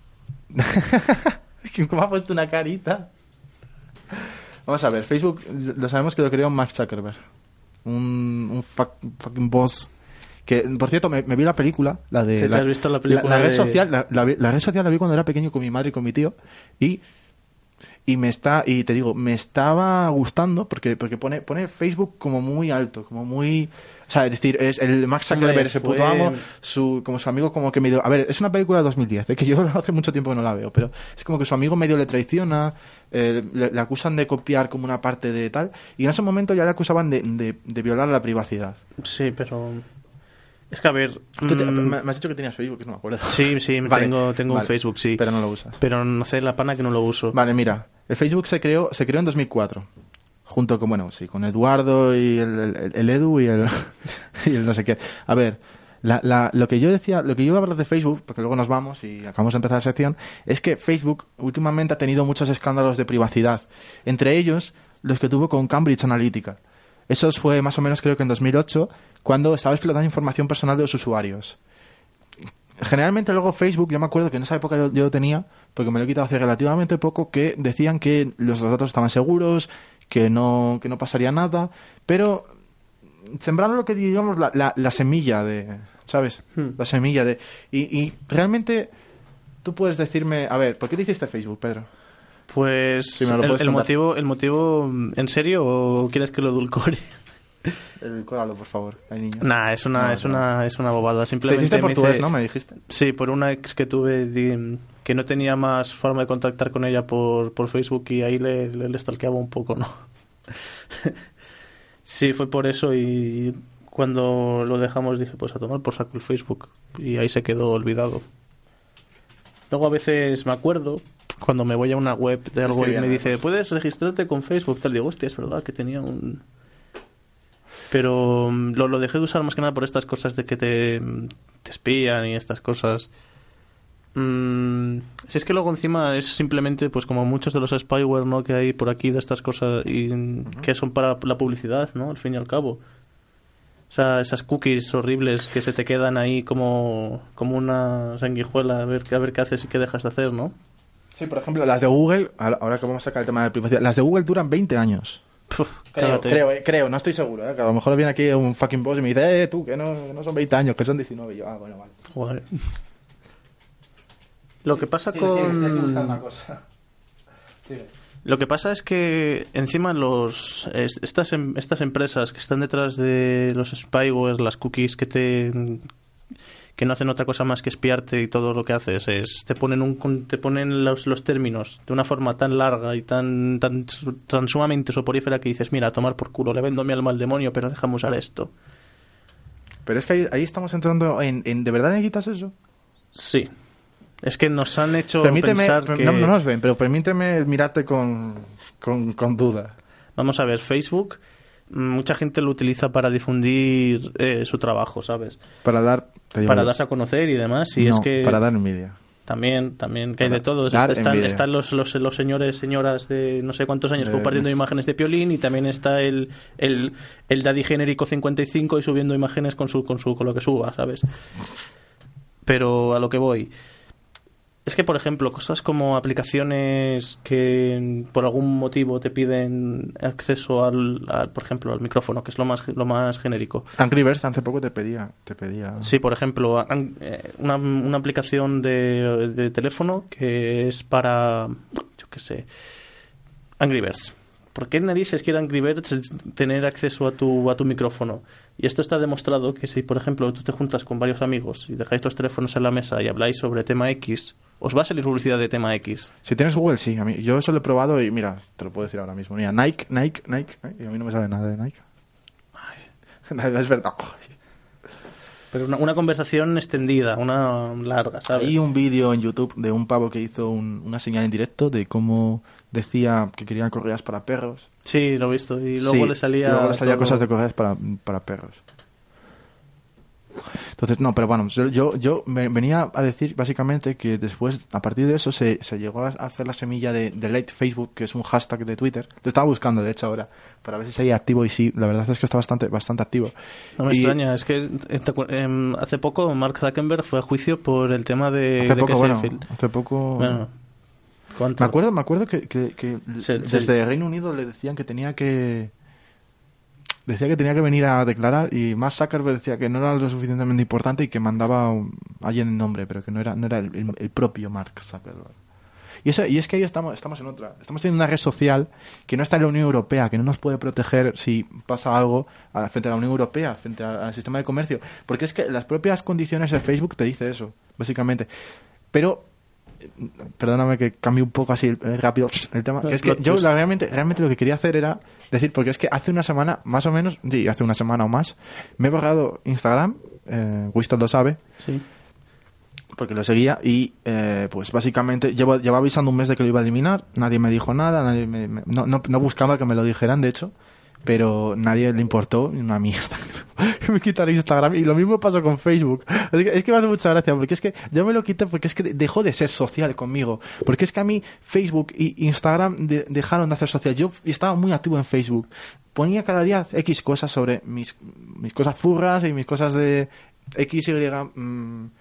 Es que me ha puesto una carita. Vamos a ver, Facebook lo sabemos que lo creó Mark Zuckerberg, un, un fuck, fucking boss. Que, por cierto, me, me vi la película, la de... ¿Te la, has visto la película la, la red de- social, la, la vi- la red social la vi cuando era pequeño con mi madre y con mi tío y y me está y te digo me estaba gustando porque porque pone pone Facebook como muy alto, como muy, o sea, es decir, es el Mark Zuckerberg, Hombre, ese fue- puto amo, su como su amigo como que medio, a ver, es una película de dos mil diez, ¿eh? Que yo hace mucho tiempo que no la veo, pero es como que su amigo medio le traiciona, eh, le, le acusan de copiar como una parte de tal y en ese momento ya le acusaban de, de, de violar la privacidad. Sí, pero... Es que, a ver... Tú te- mm, me, me has dicho que tenías Facebook, que no me acuerdo. Sí, sí, Vale, tengo, tengo vale, un Facebook, sí. pero no lo usas. Pero no sé la pana que no lo uso. Vale, mira, el Facebook se creó se creó en dos mil cuatro, junto con, bueno, sí, con Eduardo y el, el, el Edu y el, y el no sé qué. A ver, la, la, lo que yo decía, lo que yo iba a hablar de Facebook, porque luego nos vamos y acabamos de empezar la sección, es que Facebook últimamente ha tenido muchos escándalos de privacidad, entre ellos los que tuvo con Cambridge Analytica. Eso fue más o menos creo que en dos mil ocho, cuando estaba explotando información personal de los usuarios. generalmente luego Facebook, yo me acuerdo que en esa época yo, yo lo tenía, porque me lo he quitado hace relativamente poco, que decían que los datos estaban seguros, que no, que no pasaría nada, pero sembraron lo que digamos la, la, la semilla de, ¿sabes? Hmm. La semilla de... Y, y realmente tú puedes decirme, a ver, ¿por qué te hiciste Facebook, Pedro? Pues sí, el, el motivo, el motivo, ¿en serio o quieres que lo edulcore? Edulcóralo, por favor, hay niños. Nah, es una, no, es no. una, es una bobada. Simplemente te hiciste por me tu hice... ex, ¿no? Me dijiste. Sí, por una ex que tuve di... que no tenía más forma de contactar con ella por, por Facebook y ahí le, le, le stalkeaba un poco, ¿no? Sí, fue por eso y cuando lo dejamos dije, pues a tomar por saco el Facebook y ahí se quedó olvidado. Luego a veces me acuerdo cuando me voy a una web de algo y me dice, ¿puedes registrarte con Facebook? Tal, digo, hostia, es verdad que tenía un... Pero lo, lo dejé de usar más que nada por estas cosas de que te, te espían y estas cosas. Mm, si es que luego encima es simplemente pues como muchos de los spyware, ¿no?, que hay por aquí de estas cosas y uh-huh. que son para la publicidad, ¿no?, al fin y al cabo. O sea, esas cookies horribles que se te quedan ahí como, como una sanguijuela a ver, a ver qué haces y qué dejas de hacer, ¿no? Sí, por ejemplo, las de Google, ahora que vamos a sacar el tema de privacidad, las de Google duran veinte años. Puf, creo, creo, eh, creo, no estoy seguro, ¿eh? Que a lo mejor viene aquí un fucking boss y me dice, eh, tú, que no, que no son veinte años, que son diecinueve. Y yo, ah, bueno, vale. Joder. Lo que pasa sí, con... Sí, estoy aquí buscando una cosa. Sigue. Lo que pasa es que encima los estas estas empresas que están detrás de los spyware, las cookies que te que no hacen otra cosa más que espiarte y todo lo que haces es te ponen un te ponen los, los términos de una forma tan larga y tan tan tan sumamente soporífera que dices, mira, a tomar por culo, le vendo mi alma al demonio, pero déjame usar esto. Pero es que ahí, ahí estamos entrando en, en ¿de verdad necesitas eso? Sí. Es que nos han hecho permíteme, pensar que... No, no nos ven, pero permíteme mirarte con, con, con duda. Vamos a ver, Facebook, mucha gente lo utiliza para difundir eh, su trabajo, ¿sabes? Para dar... Para darse a conocer y demás. Y no, es que para dar envidia. También, también, que hay de todo. Dar están envidia. están los, los, los señores, señoras de no sé cuántos años eh... compartiendo imágenes de Piolín y también está el, el, el daddy genérico cincuenta y cinco y subiendo imágenes con, su, con, su, con lo que suba, ¿sabes? Pero a lo que voy... Es que, por ejemplo, cosas como aplicaciones que por algún motivo te piden acceso al, al por ejemplo, al micrófono, que es lo más lo más genérico. Angry Birds hace poco te pedía, te pedía. Sí, por ejemplo, una, una aplicación de, de teléfono que es para, yo qué sé, Angry Birds. ¿Por qué narices quiere Angry Birds tener acceso a tu a tu micrófono? Y esto está demostrado que si, por ejemplo, tú te juntas con varios amigos y dejáis los teléfonos en la mesa y habláis sobre tema X, os va a salir publicidad de tema X. Si tienes Google, sí. A mí, yo eso lo he probado y mira, te lo puedo decir ahora mismo. Mira, Nike, Nike, Nike, Nike y a mí no me sale nada de Nike. Ay, es verdad. Pero una, una conversación extendida, una larga, ¿sabes? Hay un vídeo en YouTube de un pavo que hizo un, una señal en directo de cómo decía que querían correas para perros. Sí, lo he visto. Y luego sí, le salía, y luego le salía todo... cosas de correas para, para perros. Entonces, no, pero bueno, yo, yo me venía a decir básicamente que después, a partir de eso, se, se llegó a hacer la semilla de, de Late Facebook, que es un hashtag de Twitter. Lo estaba buscando, de hecho, ahora, para ver si seguía activo, y sí, la verdad es que está bastante, bastante activo. No me y... extraña, es que eh, hace poco Mark Zuckerberg fue a juicio por el tema de... Hace de poco, que bueno, se... hace poco... Bueno, ¿cuánto? Me acuerdo, me acuerdo que, que, que se, desde se... Reino Unido le decían que tenía que... Decía que tenía que venir a declarar y Mark Zuckerberg decía que no era lo suficientemente importante y que mandaba a alguien en nombre, pero que no era no era el, el, el propio Mark Zuckerberg. Y, eso, y es que ahí estamos, estamos en otra. Estamos teniendo una red social que no está en la Unión Europea, que no nos puede proteger si pasa algo a, frente a la Unión Europea, frente a, al sistema de comercio. Porque es que las propias condiciones de Facebook te dice eso, básicamente. Pero... Perdóname que cambie un poco así rápido el tema, que es que yo la, realmente, realmente lo que quería hacer era decir, porque es que hace una semana más o menos, sí, hace una semana o más me he borrado Instagram, eh, Winston lo sabe, sí, porque lo seguía y eh, pues básicamente llevo, llevaba avisando un mes de que lo iba a eliminar, nadie me dijo nada, nadie me, me, no, no, no buscaba que me lo dijeran, de hecho, pero nadie le importó una mierda que me quitara Instagram. Y lo mismo pasó con Facebook. Es que, es que me hace mucha gracia, porque es que yo me lo quité porque es que dejó de ser social conmigo, porque es que a mí Facebook y Instagram de, dejaron de hacer social. Yo estaba muy activo en Facebook, ponía cada día X cosas sobre mis, mis cosas furras y mis cosas de X, Y, mmm,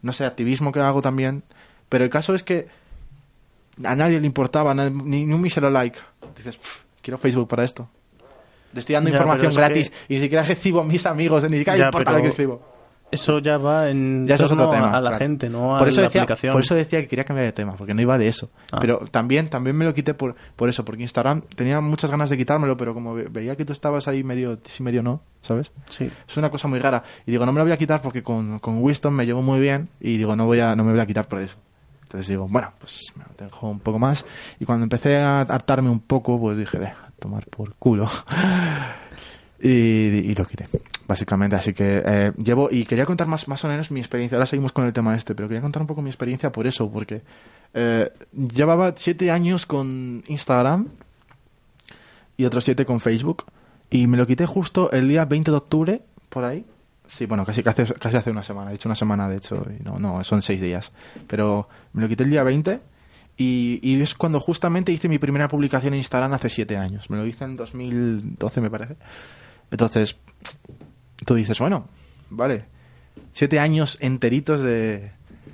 no sé, activismo que hago también. Pero el caso es que a nadie le importaba, ni, ni un mísero like. Dices, quiero Facebook para esto. Le estoy dando ya, información gratis que... y ni siquiera recibo a mis amigos, ni siquiera ya, importa lo que escribo. Eso ya va en ya eso es otro tema, a la claro. gente, no a por eso la decía, aplicación. Por eso decía que quería cambiar de tema, porque no iba de eso. Ah. Pero también también me lo quité por por eso, porque Instagram tenía muchas ganas de quitármelo, pero como veía que tú estabas ahí medio sí medio no, ¿sabes? Sí. Es una cosa muy rara. Y digo, no me lo voy a quitar porque con, con Winston me llevo muy bien y digo, no voy a no me voy a quitar por eso. Entonces digo, bueno, pues me lo dejo un poco más. Y cuando empecé a hartarme un poco, pues dije, deja, tomar por culo. y, y lo quité, básicamente. Así que eh, llevo... Y quería contar más, más o menos mi experiencia. Ahora seguimos con el tema este, pero quería contar un poco mi experiencia por eso, porque eh, llevaba siete años con Instagram y otros siete con Facebook. Y me lo quité justo el día veinte de octubre, por ahí. Sí, bueno, casi, casi, casi hace una semana. He dicho una semana, de hecho. Y no, no, son seis días. Pero me lo quité el día veinte y, y es cuando justamente hice mi primera publicación en Instagram hace siete años. Me lo hice en dos mil doce, me parece. Entonces, tú dices, bueno, vale. Siete años enteritos de,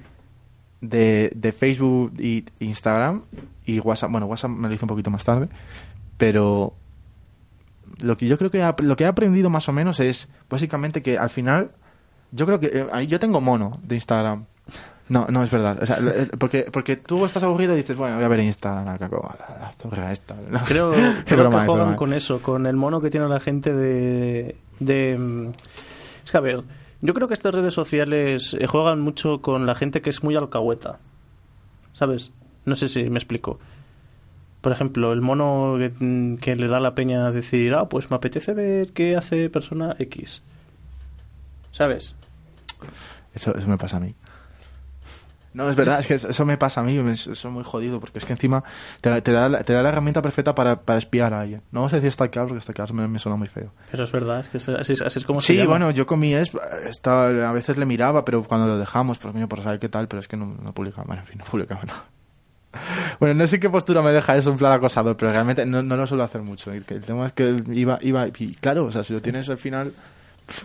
de, de Facebook y Instagram y WhatsApp. Bueno, WhatsApp me lo hice un poquito más tarde. Pero... Lo que yo creo que lo que he aprendido más o menos es básicamente que al final yo creo que eh, yo tengo mono de Instagram. No, no es verdad. O sea, porque porque tú estás aburrido y dices, bueno, voy a ver Instagram, la, la zorra esta. ¿No? Creo, creo broma, que juegan con eso, con el mono que tiene la gente de, de... Es que a ver, yo creo que estas redes sociales juegan mucho con la gente que es muy alcahueta. ¿Sabes? No sé si me explico. Por ejemplo, el mono que, que le da a la peña a decir, ah, pues me apetece ver qué hace persona X. ¿Sabes? Eso, eso me pasa a mí. No, es verdad, es que eso me pasa a mí, eso es muy jodido, porque es que encima te, te, da, te da la herramienta perfecta para, para espiar a alguien. No vamos a decir stalkear, porque stalkear me, me suena muy feo. Pero es verdad, es que así, así es como sí, se llama. Sí, bueno, yo con mi ex, a veces le miraba, pero cuando lo dejamos, pues mío, por saber qué tal, pero es que no, no publicaba, bueno, en fin, no publicaba nada. Bueno, no sé qué postura me deja eso en plan acosador, pero realmente no, no lo suelo hacer mucho. El, el tema es que iba, iba, y claro, o sea, si lo tienes al final, pff,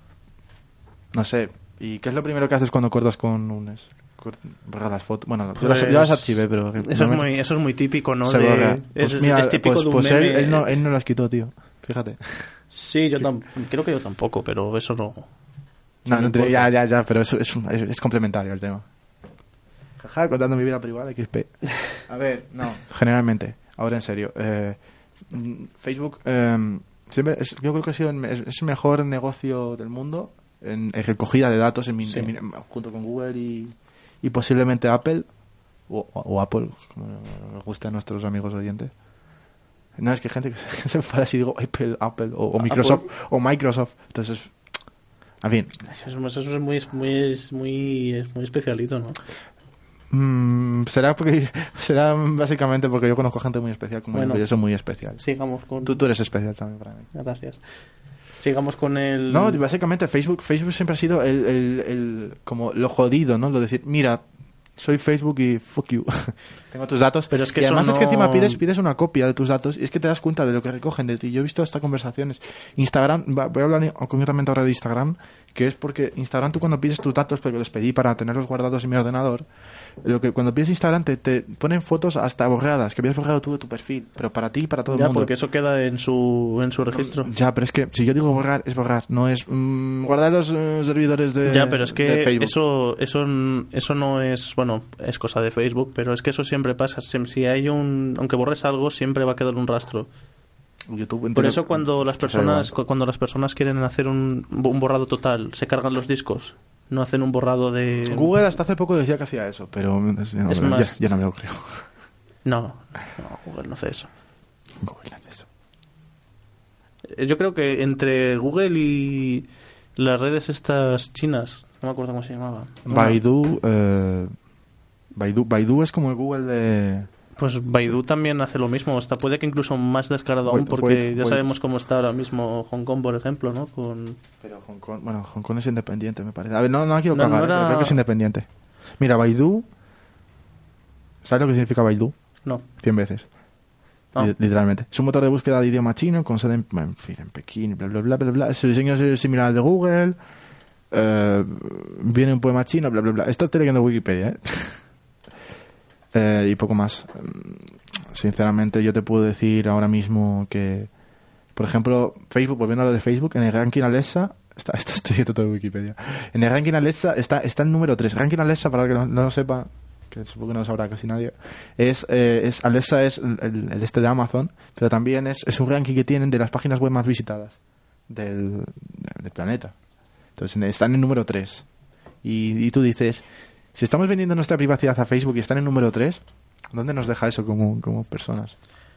no sé. ¿Y qué es lo primero que haces cuando cortas con un es? Borrar las fotos. Bueno, pues, yo, las, yo las archivé, pero eso es muy, eso es muy típico, ¿no? De, pues es, mira, es típico pues, de un pues meme. él, él no, él no las quitó, tío. Fíjate. Sí, yo tam- creo que yo tampoco, pero eso no. No, no, no ya, ya, ya, pero eso es, es, es complementario el tema. Jaja, contando mi vida privada, X P. A ver, no, generalmente, ahora en serio. Eh, Facebook, eh, siempre es, yo creo que ha sido el, es, es el mejor negocio del mundo en, en recogida de datos en mi, sí. en mi, junto con Google y, y posiblemente Apple, o, o Apple, como nos gusta a nuestros amigos oyentes. No, es que hay gente que se enfada si digo Apple, Apple o, o Microsoft, Apple. o Microsoft. Entonces, en fin. Eso, eso es muy, muy, muy, es muy especialito, ¿no? Mm, será porque será básicamente porque yo conozco gente muy especial como bueno, yo, yo soy muy especial. Sigamos con... Tú, tú eres especial también para mí. Gracias. Sigamos con el... No, básicamente Facebook Facebook siempre ha sido el, el, el como lo jodido, ¿no? Lo de decir, mira, soy Facebook y fuck you. Tengo tus datos. Pero es que y además no... es que encima pides, pides una copia de tus datos y es que te das cuenta de lo que recogen de ti. Yo he visto estas conversaciones. Instagram, voy a hablar concretamente ahora de Instagram, que es porque Instagram tú cuando pides tus datos, porque los pedí para tenerlos guardados en mi ordenador, lo que cuando pides Instagram te, te ponen fotos hasta borradas, que habías borrado tú de tu perfil, pero para ti y para todo ya, el mundo. porque eso queda en su en su registro. Ya, pero es que si yo digo borrar, es borrar, no es mmm, guardar los uh, servidores de Ya, pero es que Facebook. eso eso eso no es, bueno, es cosa de Facebook, pero es que eso siempre pasa. Si hay un, aunque borres algo, siempre va a quedar un rastro. YouTube, por eso cuando las personas cuando las personas quieren hacer un, un borrado total, se cargan los discos, no hacen un borrado de... Google hasta hace poco decía que hacía eso, pero no, es ya, más, ya no me lo creo. No, no, Google no hace eso. Google no hace eso. Yo creo que entre Google y las redes estas chinas, no me acuerdo cómo se llamaban. Baidu, eh, Baidu, Baidu es como el Google de... Pues Baidu también hace lo mismo, hasta puede que incluso más descarado aún, porque wait, ya wait. sabemos cómo está ahora mismo Hong Kong, por ejemplo, ¿no? Con... Pero Hong Kong, bueno, Hong Kong es independiente, me parece. A ver, no, no quiero no, cagar, no era... pero creo que es independiente. Mira, Baidu, ¿sabes lo que significa Baidu? No. Cien veces. No. Literalmente. Es un motor de búsqueda de idioma chino con sede en, en fin, en Pekín, bla, bla, bla, bla, bla. Su diseño es similar al de Google. eh, viene un poema chino, bla, bla, bla. Esto estoy leyendo Wikipedia, ¿eh? eh, y poco más. Sinceramente, yo te puedo decir ahora mismo que, por ejemplo, Facebook, volviendo a lo de Facebook, en el ranking Alexa, está, está, estoy leyendo todo de Wikipedia, en el ranking Alexa está, está el número tres. Ranking Alexa, para el que no, no lo sepa, que supongo que no lo sabrá casi nadie, es, eh, es Alexa es el, el este de Amazon, pero también es, es un ranking que tienen de las páginas web más visitadas del, del planeta. Entonces está en el número tres. Y, y tú dices, si estamos vendiendo nuestra privacidad a Facebook y está en el número tres, ¿dónde nos deja eso como, como personas?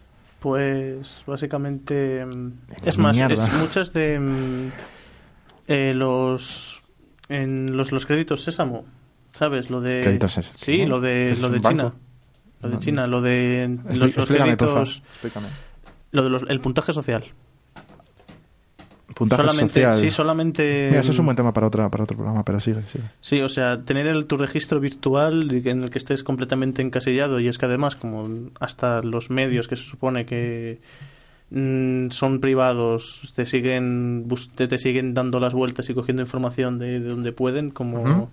Pues básicamente es más, es muchas de eh, los en los, los créditos Sésamo, ¿sabes? Lo de créditos Sésamo. Sí, lo de lo de China. Banco? Lo de China, lo de Expl- los, los créditos, explícame. Lo de los, el puntaje social. Puntaje solamente, social. Sí, solamente... Mira, eso es un buen tema para, otra, para otro programa, pero sigue, sigue. Sí, o sea, tener el, tu registro virtual en el que estés completamente encasillado, y es que además, como hasta los medios que se supone que mmm, son privados, te siguen te, te siguen dando las vueltas y cogiendo información de, de donde pueden, como... Uh-huh.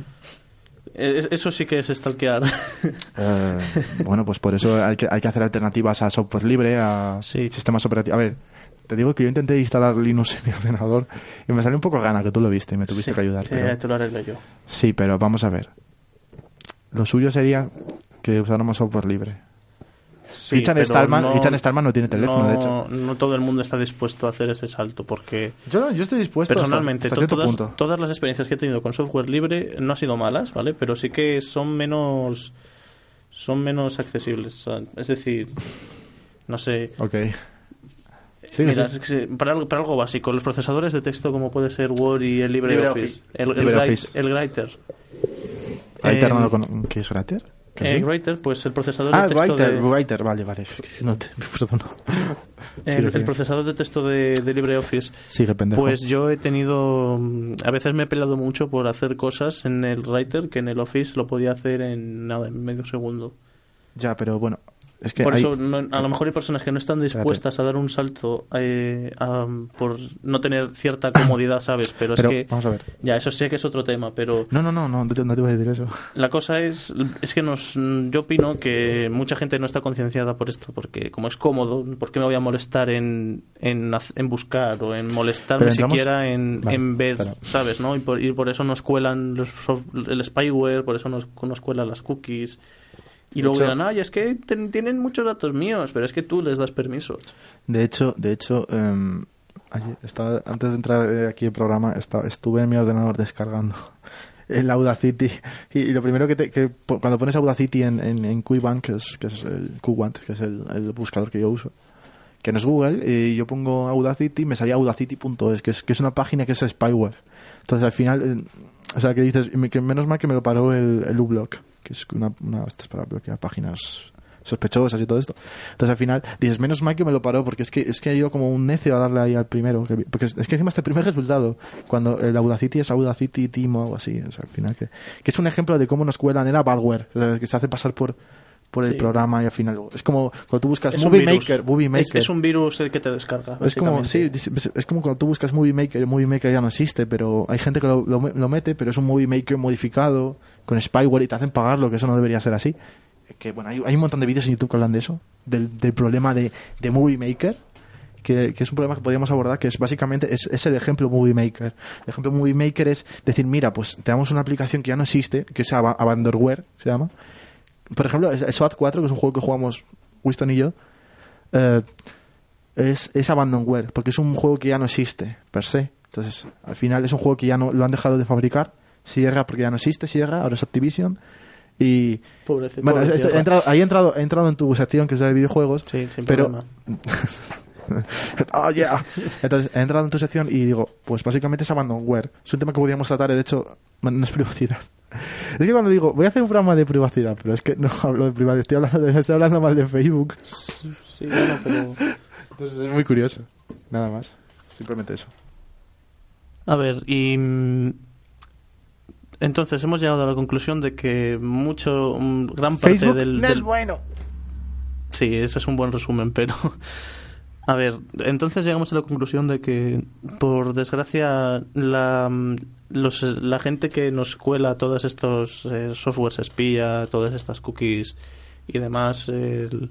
Es, eso sí que es stalkear. Eh, bueno, pues por eso hay que, hay que hacer alternativas a software libre, a sí. sistemas operativos. A ver... Te digo que yo intenté instalar Linux en mi ordenador y me salió un poco gana, que tú lo viste y me tuviste sí, que ayudar. Te, pero... te lo arreglo yo. Sí, pero vamos a ver. Lo suyo sería que usáramos software libre. Sí, Richard, Stallman, no, Richard Stallman no tiene teléfono, no, de hecho. No todo el mundo está dispuesto a hacer ese salto, porque... Yo, yo estoy dispuesto personalmente, hasta, hasta to- todas, punto. todas las experiencias que he tenido con software libre no han sido malas, ¿vale? Pero sí que son menos... Son menos accesibles. Es decir, no sé... Ok. Sí, Mira, sí. Es que para, algo, para algo básico, los procesadores de texto como puede ser Word y el LibreOffice, el, el, LibreOffice. el Writer. ¿Writer eh, no lo con... ¿Qué es Writer? El sí? Writer, pues el procesador ah, de texto writer, de... Writer, vale, vale. No te... Perdón. El, sigue, el sigue. procesador de texto de, de LibreOffice. Sigue, pendejo. Pues yo he tenido... A veces me he peleado mucho por hacer cosas en el Writer que en el Office lo podía hacer en nada, en medio segundo. Ya, pero bueno... Es que por hay... eso no, a lo mejor hay personas que no están dispuestas Espérate. a dar un salto eh, a, por no tener cierta comodidad, ¿sabes? Pero, pero es que vamos a ver. Ya, eso sí que es otro tema, pero... No, no, no, no, no te, no te voy a decir eso. La cosa es, es que nos, yo opino que mucha gente no está concienciada por esto, porque como es cómodo, ¿por qué me voy a molestar en, en, en buscar o en molestarme entramos... siquiera en, vale, en ver, pero... ¿sabes? ¿No? Y, por, y por eso nos cuelan los, el spyware, por eso nos, nos cuelan las cookies... Y luego dirán, ay, es que ten, tienen muchos datos míos, pero es que tú les das permiso. De hecho, de hecho um, ayer estaba, antes de entrar aquí al programa, estaba, estuve en mi ordenador descargando el Audacity. Y, y lo primero que, te, que cuando pones Audacity en, en, en Qwant, que es, que es el Qwant, que es el, el buscador que yo uso, que no es Google, y yo pongo Audacity y me salía audacity punto es, que es, que es una página que es spyware. Entonces al final, eh, o sea, que dices, que menos mal que me lo paró el, el uBlock, que es una, una esto es para bloquear páginas sospechosas y todo esto. Entonces al final dices, menos mal que me lo paró, porque es que es que he ido como un necio a darle ahí al primero, que, porque es, es que encima este primer resultado, cuando el Audacity es Audacity Team o algo así, o sea, al final que, que es un ejemplo de cómo nos cuelan, era badware, o sea, que se hace pasar por por el sí. programa y al final es como cuando tú buscas es Movie Maker, Movie Maker. Es, es un virus el que te descarga. Es como, sí, es como cuando tú buscas Movie Maker, el Movie Maker ya no existe, pero hay gente que lo, lo, lo mete, pero es un Movie Maker modificado con spyware y te hacen pagarlo, que eso no debería ser así. Que bueno, hay, hay un montón de vídeos en YouTube que hablan de eso, del, del problema de, de Movie Maker, que, que es un problema que podríamos abordar, que es básicamente es, es el ejemplo Movie Maker. El ejemplo Movie Maker es decir, mira, pues te damos una aplicación que ya no existe, que es Ab- Abandonware, se llama. Por ejemplo, SWAT cuatro, que es un juego que jugamos Winston y yo, eh, es, es Abandonware, porque es un juego que ya no existe, per se. Entonces, al final es un juego que ya no lo han dejado de fabricar. Sierra, porque ya no existe Sierra, ahora es Activision. Y Pobrecito, bueno, pobre este, he entrado, ahí he entrado, he entrado en tu sección, que es la de videojuegos. Sí, sin pero problema. oh, yeah. Entonces he entrado en tu sección y digo, pues básicamente es Abandonware. Es un tema que podríamos tratar, y de hecho no es privacidad. Es que cuando digo, voy a hacer un programa de privacidad, pero es que no hablo de privacidad, estoy hablando, de, estoy hablando mal de Facebook. Sí, bueno, pero... Entonces es muy curioso, nada más, simplemente eso. A ver, y entonces hemos llegado a la conclusión de que mucho, gran parte Facebook del, no del... es bueno. Sí, eso es un buen resumen, pero A ver, entonces llegamos a la conclusión de que, por desgracia, la, los, la gente que nos cuela todos estos eh, softwares espía, todas estas cookies y demás, el,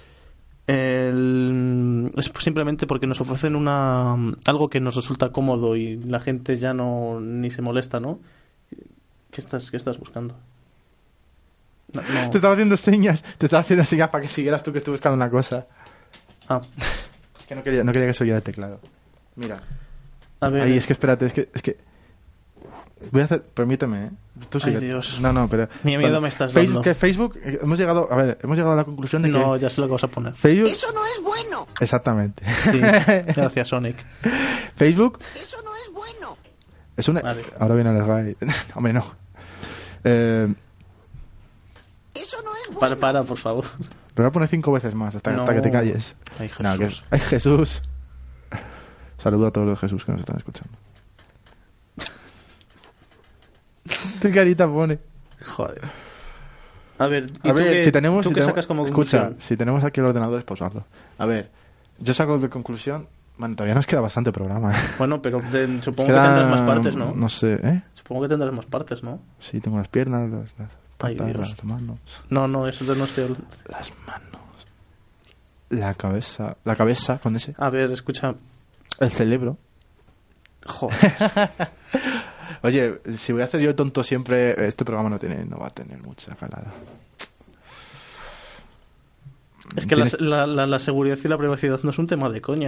el, es simplemente porque nos ofrecen una algo que nos resulta cómodo y la gente ya no ni se molesta, ¿no? ¿Qué estás, qué estás buscando? No, no. Te estaba haciendo señas, te estaba haciendo señas para que siguieras tú que estoy buscando una cosa. Ah. Es que no quería, no quería que se oyera el teclado. Mira. A ver. Ay, es que espérate, es que, es que... Voy a hacer... Permíteme, ¿eh? Tú sigue. Ay, Dios. No, no, pero... Ni miedo me estás Facebook, dando. que Facebook... Hemos llegado... A ver, hemos llegado a la conclusión de que... No, ya sé lo que vas a poner. Facebook... Eso no es bueno. Exactamente. Sí, gracias, Sonic. Facebook... Eso no es bueno. Es una... Vale. Ahora viene el RAI. Hombre, no. Eh... Eso no es bueno. Para, para, por favor. Lo voy a poner cinco veces más hasta, No. hasta que te calles. Ay, Jesús. No, que- ay, Jesús. Saludo a todos los Jesús que nos están escuchando. ¿Qué carita pone? Joder. A ver, ¿y A tú ver, qué, si tenemos... tú si qué tenemos- sacas como Escucha, conclusión? si tenemos aquí el ordenador es pausarlo. A ver, yo saco de conclusión... Bueno, todavía nos queda bastante programa. ¿eh? Bueno, pero de- supongo Queda- que tendrás más partes, ¿no? No sé, ¿eh? Supongo que tendrás más partes, ¿no? Sí, tengo las piernas, las, las Ay, patas, Dios. las manos... No, no, eso no estoy hablando. Las manos... La cabeza... La cabeza, con ese... A ver, escucha. El cerebro. Joder. Oye, si voy a hacer yo tonto siempre, este programa no tiene, no va a tener mucha calada. Es que la, Tienes- la, la, la seguridad y la privacidad no es un tema de coña.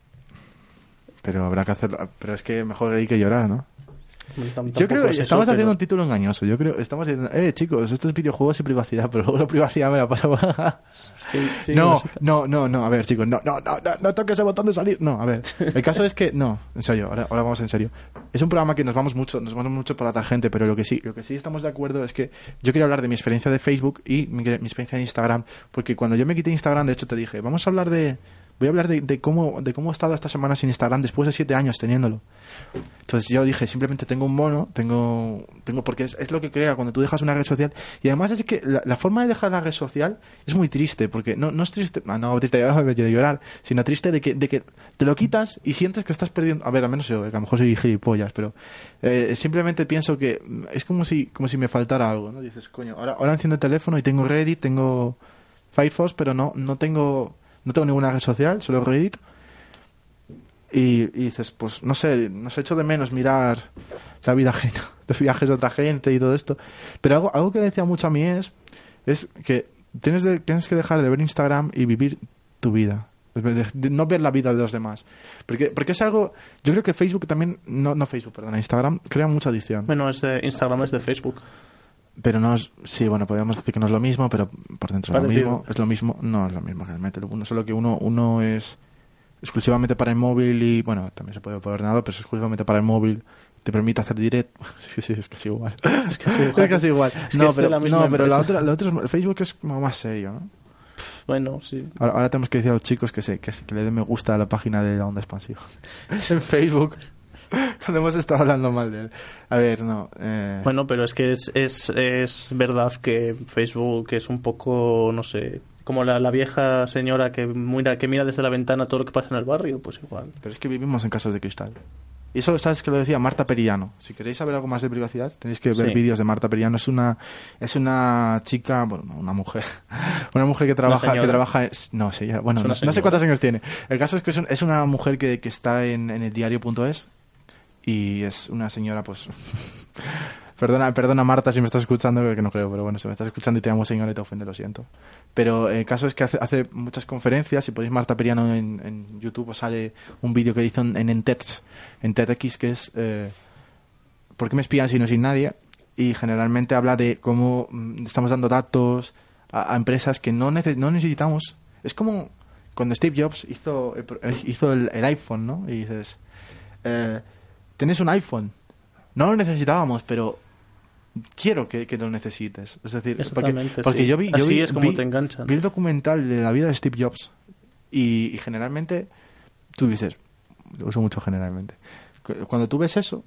Pero habrá que hacerlo. Pero es que mejor reír que llorar, ¿no? Tam- Yo creo tampoco que es eso, estamos haciendo pero- un título engañoso. Yo creo estamos diciendo, eh, chicos, esto es videojuegos y privacidad, pero luego la privacidad me la paso. Sí, sí, no, básica- no, no, no, a ver, chicos, no, no, no, no, no toques el botón de salir. No, a ver, el caso es que, no, en serio, ahora, ahora vamos en serio. Es un programa que nos vamos mucho, nos vamos mucho por la tangente, pero lo que sí, lo que sí estamos de acuerdo es que yo quería hablar de mi experiencia de Facebook y mi, mi experiencia de Instagram, porque cuando yo me quité Instagram, de hecho te dije, vamos a hablar de, voy a hablar de, de cómo, de cómo he estado esta semana sin Instagram después de siete años teniéndolo. Entonces yo dije, simplemente tengo un mono, tengo, tengo porque es, es lo que crea cuando tú dejas una red social. Y además es que la, la forma de dejar la red social es muy triste, porque no, no es triste, ah, no, triste de llorar, sino triste de que, de que te lo quitas y sientes que estás perdiendo. A ver, al menos yo, que a lo mejor soy gilipollas, pero eh, simplemente pienso que es como si, como si me faltara algo, ¿no? Dices, coño, ahora, ahora enciendo el teléfono y tengo Reddit, tengo Firefox, pero no, no tengo, no tengo ninguna red social, solo Reddit. Y, y dices, pues no sé, nos echo de menos mirar la vida ajena, los viajes de otra gente y todo esto. Pero algo, algo que decía mucho a mí es, es que tienes, de, tienes que dejar de ver Instagram y vivir tu vida. De, de no ver la vida de los demás. Porque, porque es algo... Yo creo que Facebook también... No, no Facebook, perdón, Instagram crea mucha adicción. Bueno, es de Instagram, es de Facebook. Pero no es... Sí, bueno, podríamos decir que no es lo mismo, pero por dentro es lo Parecido. mismo. Es lo mismo. No es lo mismo realmente. Uno, solo que uno, uno es exclusivamente para el móvil y... Bueno, también se puede por ordenador, pero es exclusivamente para el móvil. Te permite hacer direct. Sí, sí, es casi igual. Es casi igual. Es casi igual. Es que no, es de pero, la misma no, pero la empresa. otra, la otra es- Facebook es como más serio, ¿no? Bueno, sí. Ahora, ahora tenemos que decir a los chicos que, se, que, se- que le den me gusta a la página de la Onda Expansiva. En Facebook. Cuando hemos estado hablando mal de él. A ver, no. Eh... Bueno, pero es que es, es, es verdad que Facebook es un poco, no sé, como la, la vieja señora que mira, que mira desde la ventana todo lo que pasa en el barrio, pues igual. Pero es que vivimos en casas de cristal. Y eso, ¿sabes que lo decía Marta Perillano? Si queréis saber algo más de privacidad, tenéis que ver Sí. vídeos de Marta Perillano. Es una es una chica, bueno, no, una mujer. Una mujer que trabaja... señora. que trabaja en- No sé, ya- bueno, Es no, una no sé señora. cuántos años tiene. El caso es que es, un- es una mujer que, que está en, en el diario punto es y es una señora, pues... Perdona, perdona Marta si me estás escuchando, que no creo, pero bueno, si me estás escuchando y te llamo señora y te ofende, lo siento. Pero el caso es que hace, hace muchas conferencias, si ponéis Marta Periano en, en YouTube os sale un vídeo que hizo en, en TEDx, en TEDx, que es eh, ¿por qué me espían si no sin nadie? Y generalmente habla de cómo mm, estamos dando datos a, a empresas que no, nece- no necesitamos. Es como cuando Steve Jobs hizo, el pro- hizo el, el iPhone, ¿no? Y dices, eh, ¿tienes un iPhone? No lo necesitábamos, pero quiero que, que lo necesites. Es decir, porque, Exactamente, porque sí. yo vi, yo Así vi- es como vi- te enganchan. vi el documental de la vida de Steve Jobs y, y generalmente tú dices, lo uso mucho generalmente, cu- cuando tú ves eso,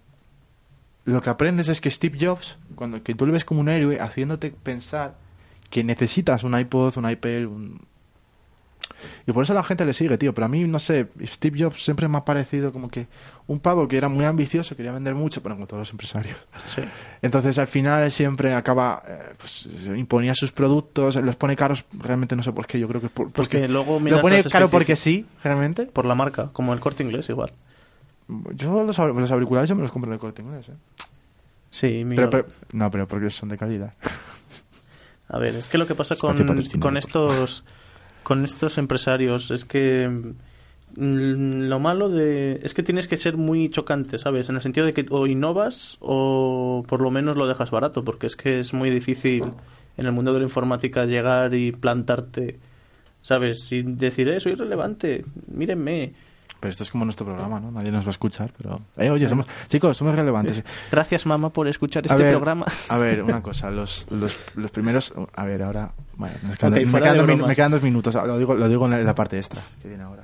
lo que aprendes es que Steve Jobs, cuando que tú lo ves como un héroe, haciéndote pensar que necesitas un iPod, un iPad, un, Y por eso la gente le sigue, tío. Pero a mí, no sé, Steve Jobs siempre me ha parecido como que un pavo que era muy ambicioso, quería vender mucho, pero como todos los empresarios. Sí. Entonces, al final, siempre acaba, eh, pues, imponía sus productos, los pone caros, realmente no sé por qué, yo creo que por, porque, porque luego lo pone caro porque sí, realmente. Por la marca, como el Corte Inglés, igual. Yo los, los auriculares yo me los compro en el Corte Inglés, ¿eh? Sí, pero, pero, no, pero porque son de calidad. A ver, es que lo que pasa con, con estos con estos empresarios es que mm, lo malo de es que tienes que ser muy chocante, ¿sabes? En el sentido de que o innovas o por lo menos lo dejas barato, porque es que es muy difícil en el mundo de la informática llegar y plantarte, ¿sabes? Y decir, eh, soy relevante, mírenme. Pero esto es como nuestro programa, ¿no? Nadie nos va a escuchar, pero... Eh, oye, somos... Chicos, somos relevantes. Gracias, mamá, por escuchar este a ver, programa. A ver, una cosa. Los, los, los primeros... A ver, ahora... Bueno, me quedan, okay, me, quedan dos, min... me quedan dos minutos. Lo digo, lo digo en, la, en la parte extra que viene ahora.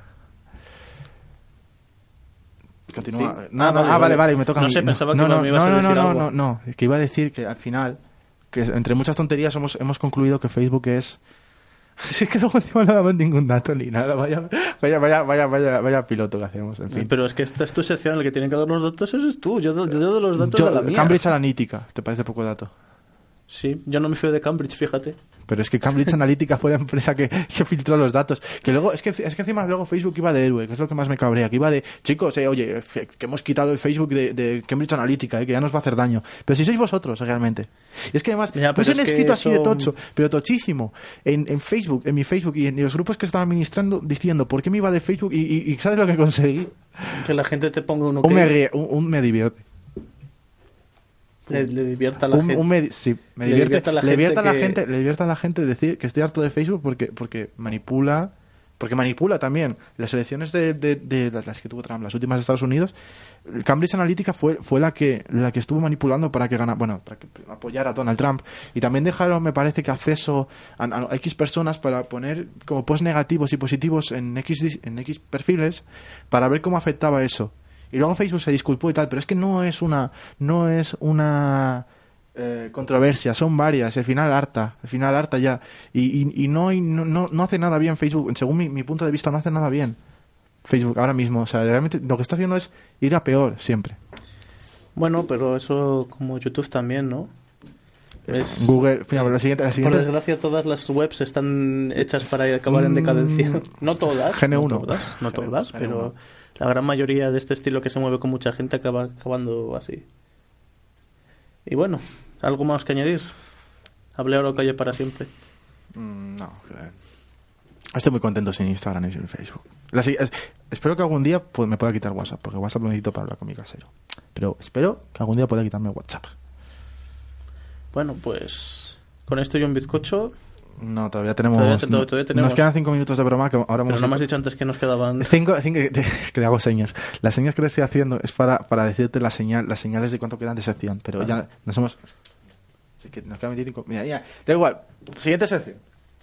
Continúa. ¿Sí? No, ah, no, vale, ah, vale, vale, me toca no a mí. sé, pensaba no, que no, me ibas no, a decir no, no, algo. no, no, no. Que iba a decir que al final, que entre muchas tonterías hemos, hemos concluido que Facebook es... Es que luego encima no damos ningún dato ni nada. Vaya, vaya, vaya, vaya, vaya, vaya piloto que hacemos, en fin. Pero es que esta es tu sección, el que tiene que dar los datos ese es tú. Yo doy los datos yo, de la mía. Cambridge Analytica, ¿te parece poco dato? Sí, yo no me fío de Cambridge, fíjate. Pero es que Cambridge Analytica fue la empresa que, que filtró los datos. Que luego, es que, es que encima luego Facebook iba de héroe, que es lo que más me cabrea. Que iba de, chicos, eh, oye, que hemos quitado el Facebook de, de Cambridge Analytica, eh, que ya nos va a hacer daño. Pero si sois vosotros, realmente. Y es que además, ya, pues han escrito así eso... de tocho, pero tochísimo, en, en Facebook, en mi Facebook y en los grupos que estaba administrando, diciendo por qué me iba de Facebook y, y, y ¿sabes lo que conseguí? Que la gente te ponga uno un, me ríe, un, un me divierte. Le, le divierta a la un, gente. Un me, sí, me le divierte, divierta a la, le divierta gente, a la que... gente, le divierta a la gente decir que estoy harto de Facebook porque porque manipula, porque manipula también las elecciones de, de, de, de las que tuvo Trump, las últimas de Estados Unidos. Cambridge Analytica fue fue la que la que estuvo manipulando para que gana, bueno, para que apoyara a Donald Trump, y también dejaron, me parece, que acceso a, a X personas para poner como post negativos y positivos en X en X perfiles para ver cómo afectaba eso. Y luego Facebook se disculpó y tal, pero es que no es una no es una Eh, controversia, son varias, al final harta, al final harta ya, y, y, y no, y no, no hace nada bien Facebook, según mi, mi punto de vista no hace nada bien Facebook ahora mismo, o sea, realmente lo que está haciendo es ir a peor siempre. Bueno, pero eso como YouTube también, ¿no? Es, Google, mira, la siguiente, la siguiente... Por desgracia todas las webs están hechas para acabar en decadencia. Mm, no todas, G N uno. no todas, no todas, pero la gran mayoría de este estilo que se mueve con mucha gente acaba acabando así. Y bueno, ¿algo más que añadir? Hablé ahora o calle para siempre. Mm, no, estoy muy contento sin Instagram y sin Facebook. La, es, espero que algún día pues, me pueda quitar WhatsApp, porque WhatsApp lo necesito para hablar con mi casero. Pero espero que algún día pueda quitarme WhatsApp. Bueno, pues con esto y un bizcocho... No, todavía tenemos, todavía, todavía, todavía tenemos... Nos quedan cinco minutos de broma que ahora Pero vamos no a... me has dicho antes que nos quedaban... Cinco, cinco, es que le hago señas. Las señas que le estoy haciendo es para, para decirte la señal, las señales de cuánto quedan de sección. Pero ah. ya nos hemos... Así que nos quedan veinticinco... Mira, ya, da igual. Siguiente sección.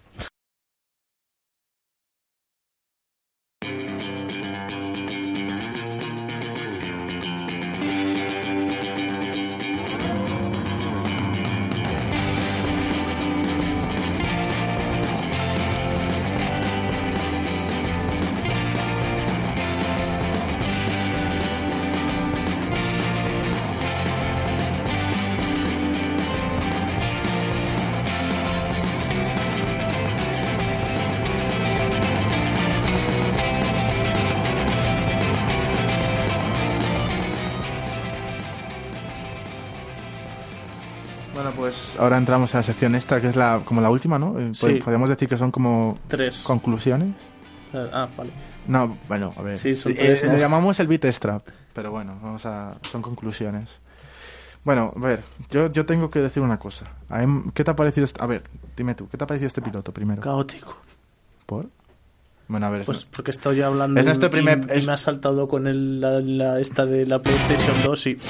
Pues ahora entramos a la sección esta, que es la como la última, ¿no? Sí. Podemos decir que son como tres conclusiones. Ah, vale. No, bueno, a ver. Sí, son eh, tres, ¿no? Le llamamos el beat extra, pero bueno, vamos a son conclusiones. Bueno, a ver, yo yo tengo que decir una cosa. ¿Qué te ha parecido este... A ver, dime tú, ¿qué te ha parecido este piloto primero? Caótico. ¿Por? Bueno, a ver, pues porque estoy hablando es este primer y, es... y me ha saltado con el, la, la esta de la PlayStation dos y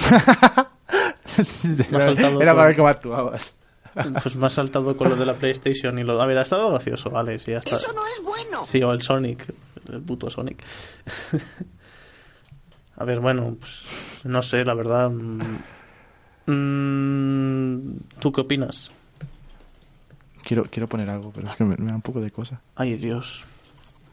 me ha saltado era con... para ver cómo actuabas. Pues me ha saltado con lo de la PlayStation y lo... A ver, ha estado gracioso, vale, sí, ya está. Eso no es bueno. Sí, o el Sonic, el puto Sonic. A ver, bueno, pues no sé, la verdad. Mm, ¿tú qué opinas? Quiero quiero poner algo, pero es que me, me da un poco de cosa. Ay, Dios.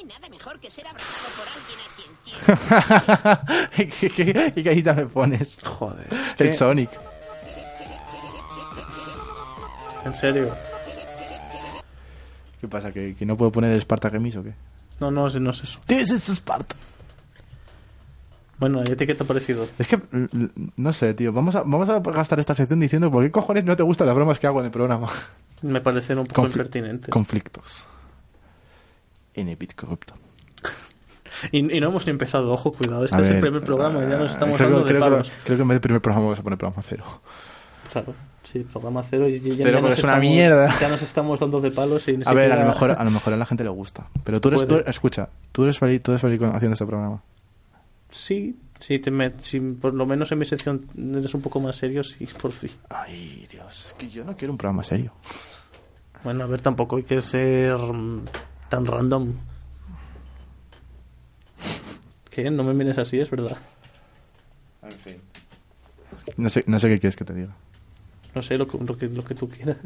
hay nada mejor que ser abrazado por alguien a quien quiere. ¿Qué, qué, qué carita me pones? Joder. El ¿qué? Sonic. ¿En serio? ¿Qué pasa? ¿Que, que no puedo poner el Sparta Gemis o qué? No, no, no es eso. This is Sparta. Bueno, ¿y a ti qué te ha parecido? Es que, no sé, tío. Vamos a, vamos a gastar esta sección diciendo por qué cojones no te gustan las bromas que hago en el programa. Me parecen un poco Confl- impertinentes. Conflictos. En el bit corrupto. Y, y no hemos ni empezado, ojo, cuidado. Este A es ver, el primer programa y ya nos estamos creo, hablando creo, de palos. Creo, creo que en vez de primer programa vamos a poner programa cero. Claro, sí, programa cero y ya, Cero ya porque nos es una estamos, mierda. ya nos estamos dando de palos y ni A ver, a siquiera- lo mejor a lo mejor a la gente le gusta. Pero tú eres, tú, Puede. escucha, tú eres feliz, tú eres feliz con- haciendo este programa. Sí, sí, te met- si por lo menos en mi sección eres un poco más serio, sí, por fin. Ay, Dios, es que yo no quiero un programa serio. Bueno, a ver, tampoco hay que ser mm, tan random. ¿Qué? No me mires así, es verdad. En fin. No sé, no sé qué quieres que te diga. No sé, lo que, lo que, lo que tú quieras.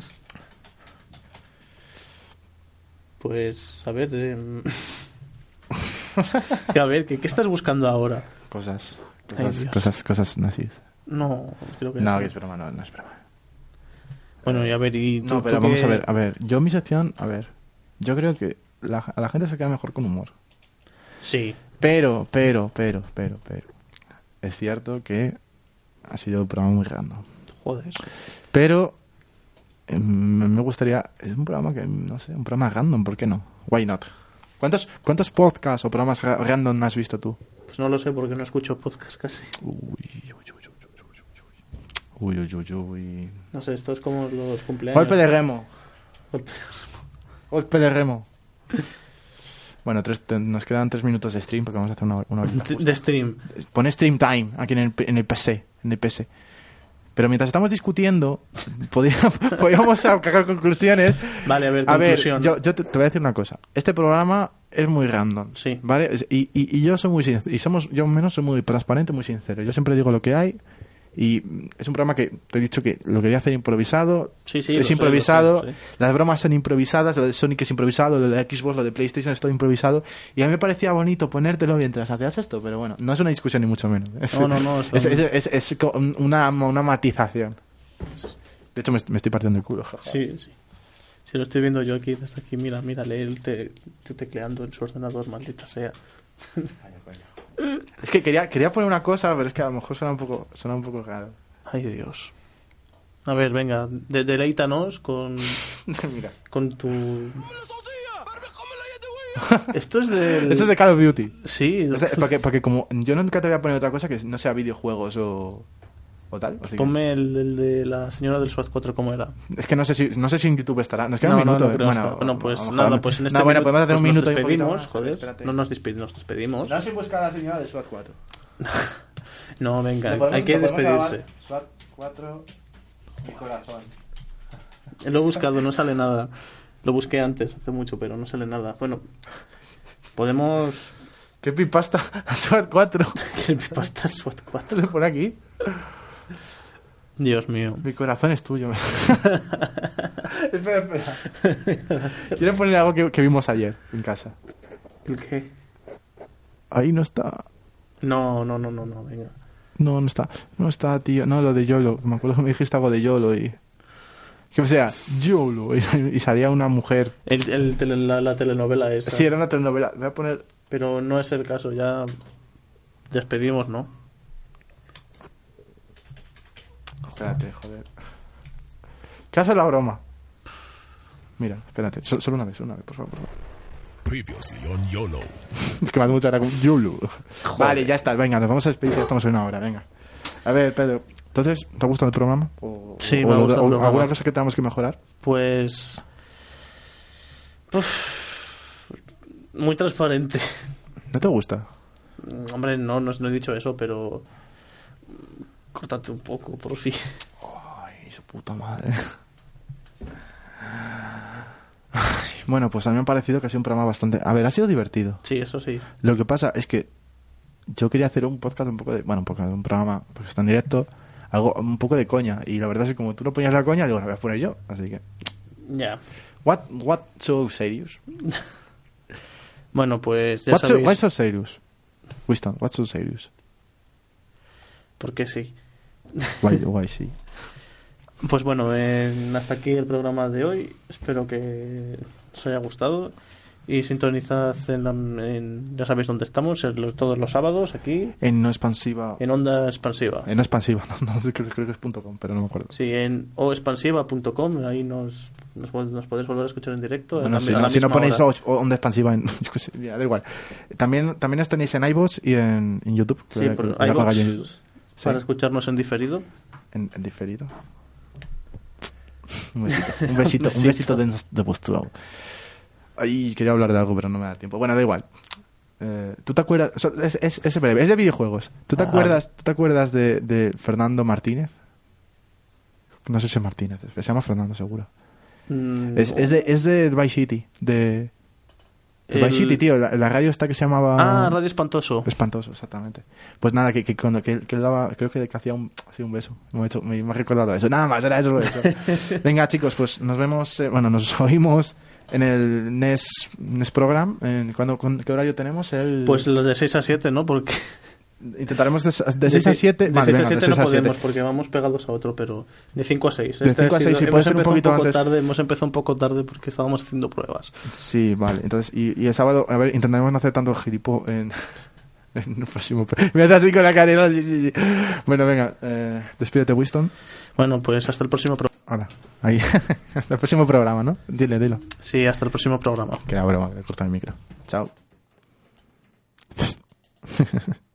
Pues, a ver... eh, sí, a ver, ¿qué, ¿qué estás buscando ahora? Cosas, Ay, cosas, Dios. cosas, cosas nazis. No, creo que No, no. que es broma, no, no es broma. Bueno, y a ver, y tú, No, pero tú vamos qué- a ver, a ver. Yo mi sección, a ver. Yo creo que la, a la gente se queda mejor con humor. Sí, Pero, pero, pero, pero, pero. Es cierto que ha sido un programa muy random. joder. Pero eh, me gustaría... Es un programa que, no sé, un programa random, ¿por qué no? Why not? ¿Cuántos, cuántos podcasts o programas ra- random has visto tú? Pues no lo sé porque no escucho podcast casi. Uy, uy, uy, uy, uy, uy, uy, uy, uy. No sé, esto es como los cumpleaños. Golpe de remo. Golpe- Golpe de remo. Bueno, tres, te- nos quedan tres minutos de stream porque vamos a hacer una, una horita. de, de stream. Pone stream time aquí en el, en el P C, en el P C. Pero mientras estamos discutiendo, podríamos, podríamos sacar conclusiones. Vale, a ver, A ver, conclusión. yo, yo te, te voy a decir una cosa. Este programa es muy random, Sí. ¿vale? Es- Y, y, y yo soy muy sincero. Y somos, yo menos soy muy transparente, muy sincero. Yo siempre digo lo que hay. Y es un programa que te he dicho que lo quería hacer improvisado. Sí, sí, es lo sé, improvisado. lo sé, sí. Las bromas son improvisadas. Lo de Sonic es improvisado. Lo de Xbox, lo de PlayStation es todo improvisado. Y a mí me parecía bonito ponértelo mientras hacías esto. Pero bueno, no es una discusión ni mucho menos. No, no, no, Es, son- es, es, es co- una, una matización. De hecho, me, me estoy partiendo el culo. Sí, sí. Si lo estoy viendo yo aquí, desde aquí, mira, mira, él te, te tecleando en su ordenador, maldita sea. Es que quería, quería poner una cosa, pero es que a lo mejor suena un poco, suena un poco raro. Ay, Dios. A ver, venga, de, deleítanos con, Mira. con tu... Esto es de... Esto es de Call of Duty. Sí, O sea, porque, porque como yo nunca te voy a poner otra cosa que no sea videojuegos o, o tal. Así que- ponme el, el de la señora del SWAT cuatro, ¿cómo era? es que no sé si no sé si en YouTube estará. Nos queda No, un no, minuto. no eh. creo bueno, estar. Bueno, pues a lo nada, mejor- pues en este No, bueno, minuto, podemos hacer pues un minuto nos y un poquito despedimos, más. joder. Espérate. No nos, despe- nos despedimos. No sé si buscar a la señora de SWAT cuatro. No, venga, Lo podemos- hay que lo podemos despedirse. grabar. SWAT cuatro, mi corazón. Lo he buscado, no sale nada. Lo busqué antes, hace mucho, pero no sale nada. Bueno, podemos... ¿Qué pipasta? A SWAT cuatro. ¿Qué me pasa SWAT cuatro? ¿De por aquí? Dios mío. Mi corazón es tuyo. Espera, espera. Quiero poner algo que, que vimos ayer en casa. ¿El qué? Ahí no está. No, no, no, no, no, venga. No, no está. No está, tío. No, lo de YOLO. Me acuerdo que me dijiste algo de YOLO y... Que sea, YOLO. Y, y salía una mujer. El, el tele- la, la telenovela esa. Sí, era una telenovela. Voy a poner... Pero no es el caso, ya despedimos, ¿no? Espérate, joder. ¿Qué hace la broma? Mira, espérate. So- solo una vez, una vez, por favor, por favor. Previously on YOLO. Es que me hace mucha gracia con YOLO. Vale, ya está. Venga, nos vamos a despedir. Ya estamos en una hora, venga. A ver, Pedro. Entonces, ¿te ha gustado el programa? ¿O, Sí, o me ha lo- gustado el o programa. ¿Alguna cosa que tengamos que mejorar? Pues... Uf, muy transparente. ¿No te gusta? Hombre, no, no, no he dicho eso, pero... Córtate un poco, por fin. Ay, su puta madre. Ay, bueno, pues a mí me ha parecido que ha sido un programa bastante... A ver, ha sido divertido. Sí, eso sí. Lo que pasa es que yo quería hacer un podcast un poco de... Bueno, un poco de un programa, porque está en directo, algo un poco de coña. Y la verdad es que como tú no ponías la coña, digo, la voy a poner yo. Así que... Ya. What, what so serious? Bueno, pues ya What's so, sabéis... what's so serious? Winston, what's so serious? Porque sí. Why, why sí. Pues bueno, en, hasta aquí el programa de hoy. Espero que os haya gustado. Y sintonizad en, la, en ya sabéis dónde estamos, en los, todos los sábados aquí. En no expansiva. En Onda Expansiva. En no expansiva, no, no creo, creo que es .com, pero no me acuerdo. Sí, en oexpansiva punto com, ahí nos, nos, nos podéis volver a escuchar en directo. Bueno, en la, si, a no, la si no misma ponéis hora. o- Onda expansiva, en, yo qué sé, ya, da igual. También, también os tenéis en iVoox y en, en YouTube. Sí, que- por que la iVoox, colgáis en YouTube. Sí, para escucharnos en diferido. en, en diferido. Un besito, un besito, un besito de, de vuestro lado. Ahí quería hablar de algo, pero no me da tiempo. Bueno, da igual. Eh, ¿Tú te acuerdas? o sea, Es, es, es breve, es de videojuegos. ¿Tú te Ah. acuerdas, ¿tú te acuerdas de, de Fernando Martínez? No sé si es Martínez, se llama Fernando, seguro. Mm, Es, no. es, de, es de Vice City. De, de El- Vice City, tío. La, la radio esta que se llamaba. Ah, Radio Espantoso. Espantoso, exactamente. Pues nada, que, que cuando que, que él daba, creo que, que hacía un, así un beso. Me, ha hecho, me, me ha recordado eso. Nada más, era eso. eso. Venga, chicos, pues nos vemos. Eh, bueno, nos oímos en el N E S, N E S Program. En, ¿cuándo, con, ¿Qué horario tenemos? El... Pues los de seis a siete, ¿no? Porque intentaremos de, de seis a siete. De Vale, seis a venga, siete de no seis a siete. podemos porque vamos pegados a otro, pero de cinco a seis. De cinco a seis, sí, puede ser un poquito poco antes. tarde, hemos empezado un poco tarde porque estábamos haciendo pruebas. Sí, vale. Entonces, y, y el sábado, a ver, intentaremos no hacer tanto gilipo en, en el próximo. Me hace así con la carrera. Sí, sí, sí. Bueno, venga, eh, despídete, Winston. Bueno, pues hasta el próximo programa. Hola, ahí. Hasta el próximo programa, ¿no? Dile, dilo. Sí, hasta el próximo programa. Que era broma, que he cortado el micro. Chao.